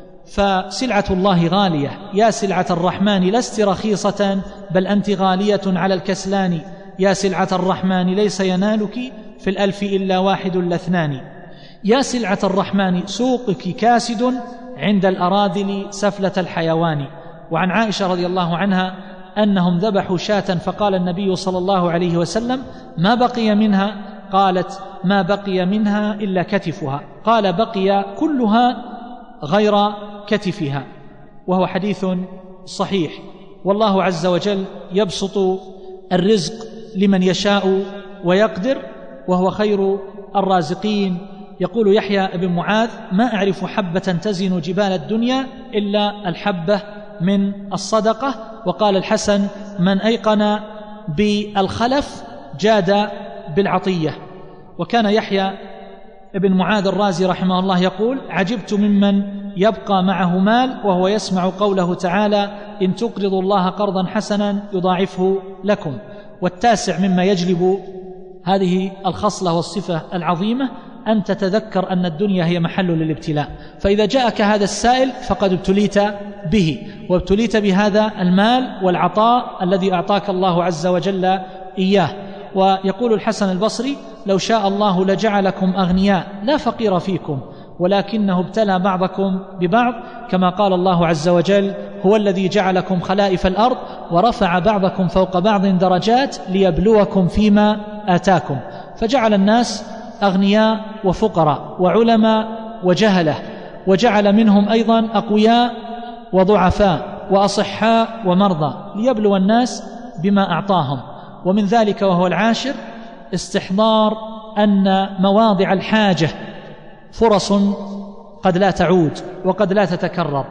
فسلعة الله غالية. يا سلعة الرحمن لست رخيصة بل أنت غالية على الكسلان، يا سلعة الرحمن ليس ينالك في الألف إلا واحد لاثنان، يا سلعة الرحمن سوقك كاسد عند الأراذل سفلة الحيوان. وعن عائشة رضي الله عنها أنهم ذبحوا شاة فقال النبي صلى الله عليه وسلم: ما بقي منها؟ قالت: ما بقي منها إلا كتفها. قال: بقي كلها غير كتفها. وهو حديث صحيح. والله عز وجل يبسط الرزق لمن يشاء ويقدر وهو خير الرازقين. يقول يحيى بن معاذ: ما أعرف حبة تزن جبال الدنيا إلا الحبة من الصدقة. وقال الحسن: من أيقن بالخلف جاد بالعطية. وكان يحيى ابن معاذ الرازي رحمه الله يقول: عجبت ممن يبقى معه مال وهو يسمع قوله تعالى: إن تقرضوا الله قرضا حسنا يضاعفه لكم. والتاسع مما يجلب هذه الخصلة والصفة العظيمة أن تتذكر أن الدنيا هي محل للابتلاء، فإذا جاءك هذا السائل فقد ابتليت به، وابتليت بهذا المال والعطاء الذي أعطاك الله عز وجل إياه. ويقول الحسن البصري: لو شاء الله لجعلكم أغنياء لا فقير فيكم، ولكنه ابتلى بعضكم ببعض، كما قال الله عز وجل: هو الذي جعلكم خلائف الأرض ورفع بعضكم فوق بعض درجات ليبلوكم فيما آتاكم. فجعل الناس أغنياء وفقراء وعلماء وجهلة، وجعل منهم أيضا أقوياء وضعفاء وأصحاء ومرضى ليبلو الناس بما أعطاهم. ومن ذلك وهو العاشر استحضار أن مواضع الحاجة فرص قد لا تعود وقد لا تتكرر،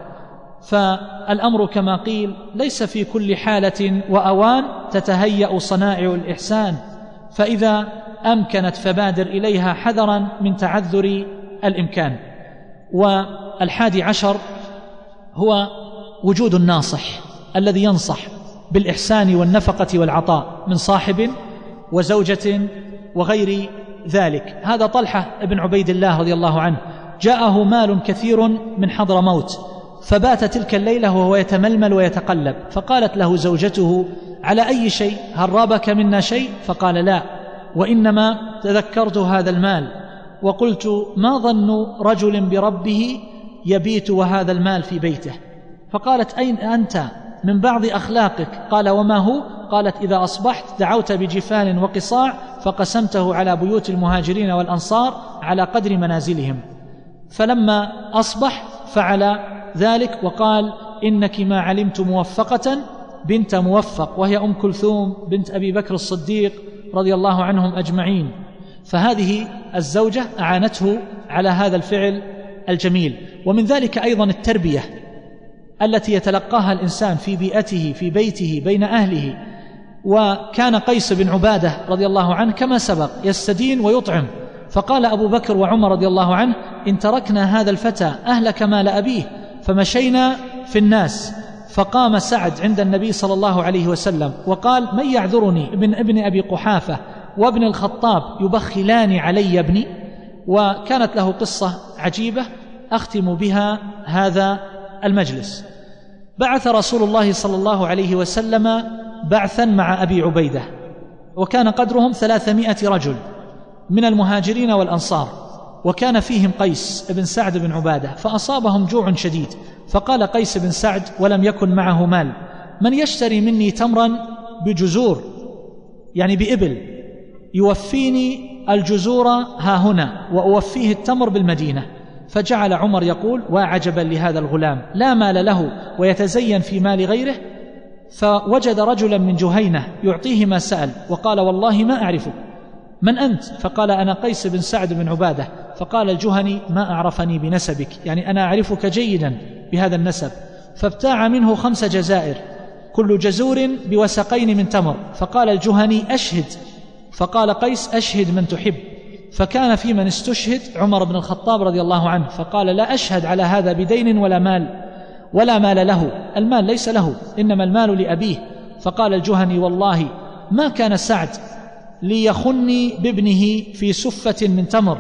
فالأمر كما قيل ليس في كل حالة وأوان تتهيأ صنائع الإحسان، فإذا أمكنت فبادر إليها حذرا من تعذر الإمكان. 11 هو وجود الناصح الذي ينصح بالإحسان والنفقة والعطاء من صاحب وزوجة وغير ذلك. هذا طلحة بن عبيد الله رضي الله عنه جاءه مال كثير من حضرموت، فبات تلك الليلة وهو يتململ ويتقلب، فقالت له زوجته: على أي شيء؟ هل رابك منا شيء؟ فقال: لا، وإنما تذكرت هذا المال وقلت: ما ظن رجل بربه يبيت وهذا المال في بيته؟ فقالت: أين أنت من بعض أخلاقك؟ قال: وما هو؟ قالت: إذا أصبحت دعوت بجفان وقصاع فقسمته على بيوت المهاجرين والأنصار على قدر منازلهم. فلما أصبح فعل ذلك وقال: إنك ما علمت موفقة بنت موفق، وهي أم كلثوم بنت أبي بكر الصديق رضي الله عنهم أجمعين. فهذه الزوجة أعانته على هذا الفعل الجميل. ومن ذلك أيضا التربية التي يتلقاها الإنسان في بيئته في بيته بين أهله. وكان قيس بن عبادة رضي الله عنه كما سبق يستدين ويطعم، فقال أبو بكر وعمر رضي الله عنه: إن تركنا هذا الفتى أهلك مال أبيه. فمشينا في الناس، فقام سعد عند النبي صلى الله عليه وسلم وقال: من يعذرني؟ ابن أبي قحافة وابن الخطاب يبخلان علي ابني. وكانت له قصة عجيبة أختم بها هذا المجلس. بعث رسول الله صلى الله عليه وسلم بعثا مع أبي عبيدة، وكان قدرهم 300 رجل من المهاجرين والأنصار، وكان فيهم قيس بن سعد بن عبادة، فأصابهم جوع شديد. فقال قيس بن سعد ولم يكن معه مال: من يشتري مني تمرا بجزور، يعني بإبل، يوفيني الجزور ها هنا وأوفيه التمر بالمدينة. فجعل عمر يقول: وعجبا لهذا الغلام، لا مال له ويتزين في مال غيره. فوجد رجلا من جهينة يعطيه ما سأل، وقال: والله ما أعرفك، من أنت؟ فقال: أنا قيس بن سعد بن عبادة. فقال الجهني: ما أعرفني بنسبك، يعني أنا أعرفك جيدا بهذا النسب. فابتاع منه 5 جزائر، كل جزور بوسقين من تمر. فقال الجهني: أشهد. فقال قيس: أشهد من تحب. فكان في من استشهد عمر بن الخطاب رضي الله عنه، فقال: لا أشهد على هذا بدين ولا مال له، المال ليس له، إنما المال لأبيه. فقال الجهني: والله ما كان سعد ليخني بابنه في سفة من تمر،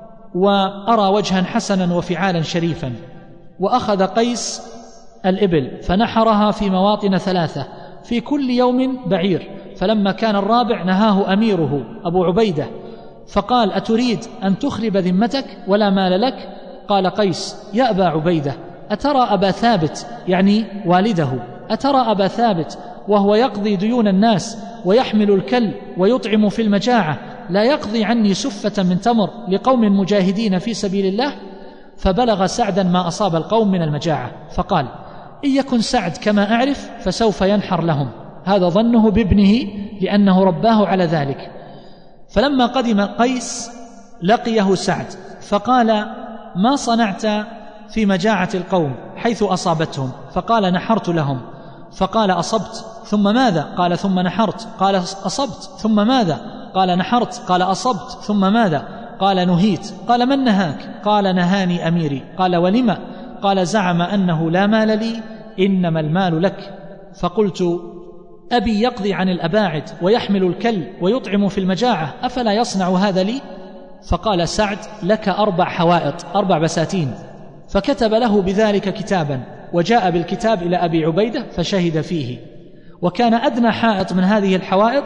وأرى وجها حسنا وفعالا شريفا. وأخذ قيس الإبل فنحرها في مواطن 3، في كل يوم بعير. فلما كان الرابع نهاه أميره أبو عبيدة، فقال: أتريد أن تخرب ذمتك ولا مال لك؟ قال قيس: يا أبا عبيدة، أترى أبا ثابت، يعني والده، أترى أبا ثابت وهو يقضي ديون الناس ويحمل الكل ويطعم في المجاعة، لا يقضي عني سفة من تمر لقوم مجاهدين في سبيل الله؟ فبلغ سعدا ما أصاب القوم من المجاعة، فقال: إن يكن سعد كما أعرف فسوف ينحر لهم. هذا ظنه بابنه لأنه رباه على ذلك. فلما قدم قيس لقيه سعد فقال: ما صنعت في مجاعة القوم حيث أصابتهم؟ فقال: نحرت لهم. فقال: أصبت ثم ماذا؟ قال: ثم نحرت. قال: أصبت ثم ماذا؟ قال: نحرت. قال: أصبت ثم ماذا؟ قال: نهيت. قال: من نهاك؟ قال: نهاني أميري. قال: ولم؟ قال: زعم أنه لا مال لي، إنما المال لك. فقلت: أبي يقضي عن الأباعد ويحمل الكل ويطعم في المجاعة، أفلا يصنع هذا لي؟ فقال سعد: لك 4 حوائط، 4 بساتين. فكتب له بذلك كتابا، وجاء بالكتاب إلى أبي عبيدة فشهد فيه. وكان أدنى حائط من هذه الحوائط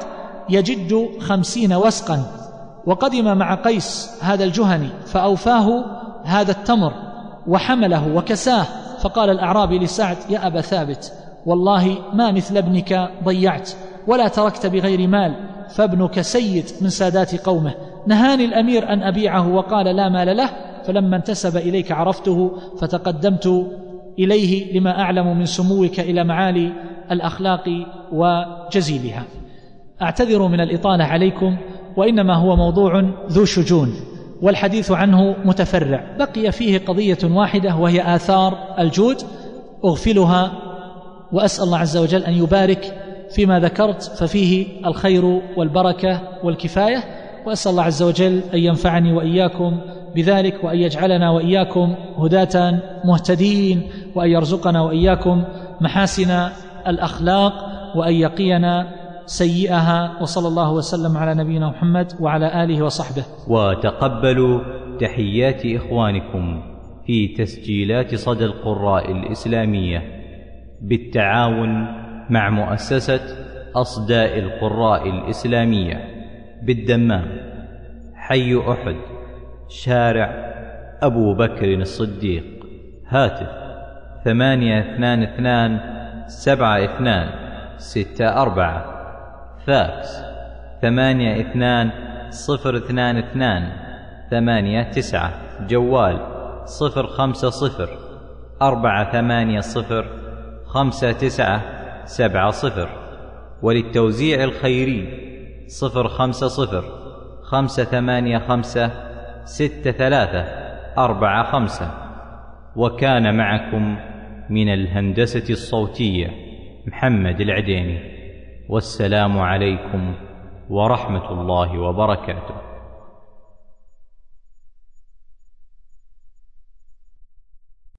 يجد 50 وسقا. وقدم مع قيس هذا الجهني فأوفاه هذا التمر وحمله وكساه. فقال الأعرابي لسعد: يا أبا ثابت، والله ما مثل ابنك ضيعت ولا تركت بغير مال، فابنك سيد من سادات قومه. نهاني الأمير أن أبيعه وقال لا مال له، فلما انتسب إليك عرفته فتقدمت إليه لما أعلم من سموك إلى معالي الأخلاق وجزيلها. أعتذر من الإطالة عليكم، وإنما هو موضوع ذو شجون والحديث عنه متفرع. بقي فيه قضية واحدة وهي آثار الجود، أغفلها وأسأل الله عز وجل أن يبارك فيما ذكرت، ففيه الخير والبركة والكفاية. وأسأل الله عز وجل أن ينفعني وإياكم بذلك، وأن يجعلنا وإياكم هداة مهتدين، وأن يرزقنا وإياكم محاسن الأخلاق، وأن يقينا سيئها. وصلى الله وسلم على نبينا محمد وعلى آله وصحبه. وتقبلوا تحيات إخوانكم في تسجيلات صدى القراء الإسلامية بالتعاون مع مؤسسة أصداء القراء الإسلامية بالدمام، حي أحد، شارع أبو بكر الصديق. هاتف 822-72-72-64. فاكس 82-022-89. جوال 050-480-5970. وللتوزيع الخيري 050-585-6345. وكان معكم من الهندسة الصوتية محمد العديني. والسلام عليكم ورحمة الله وبركاته.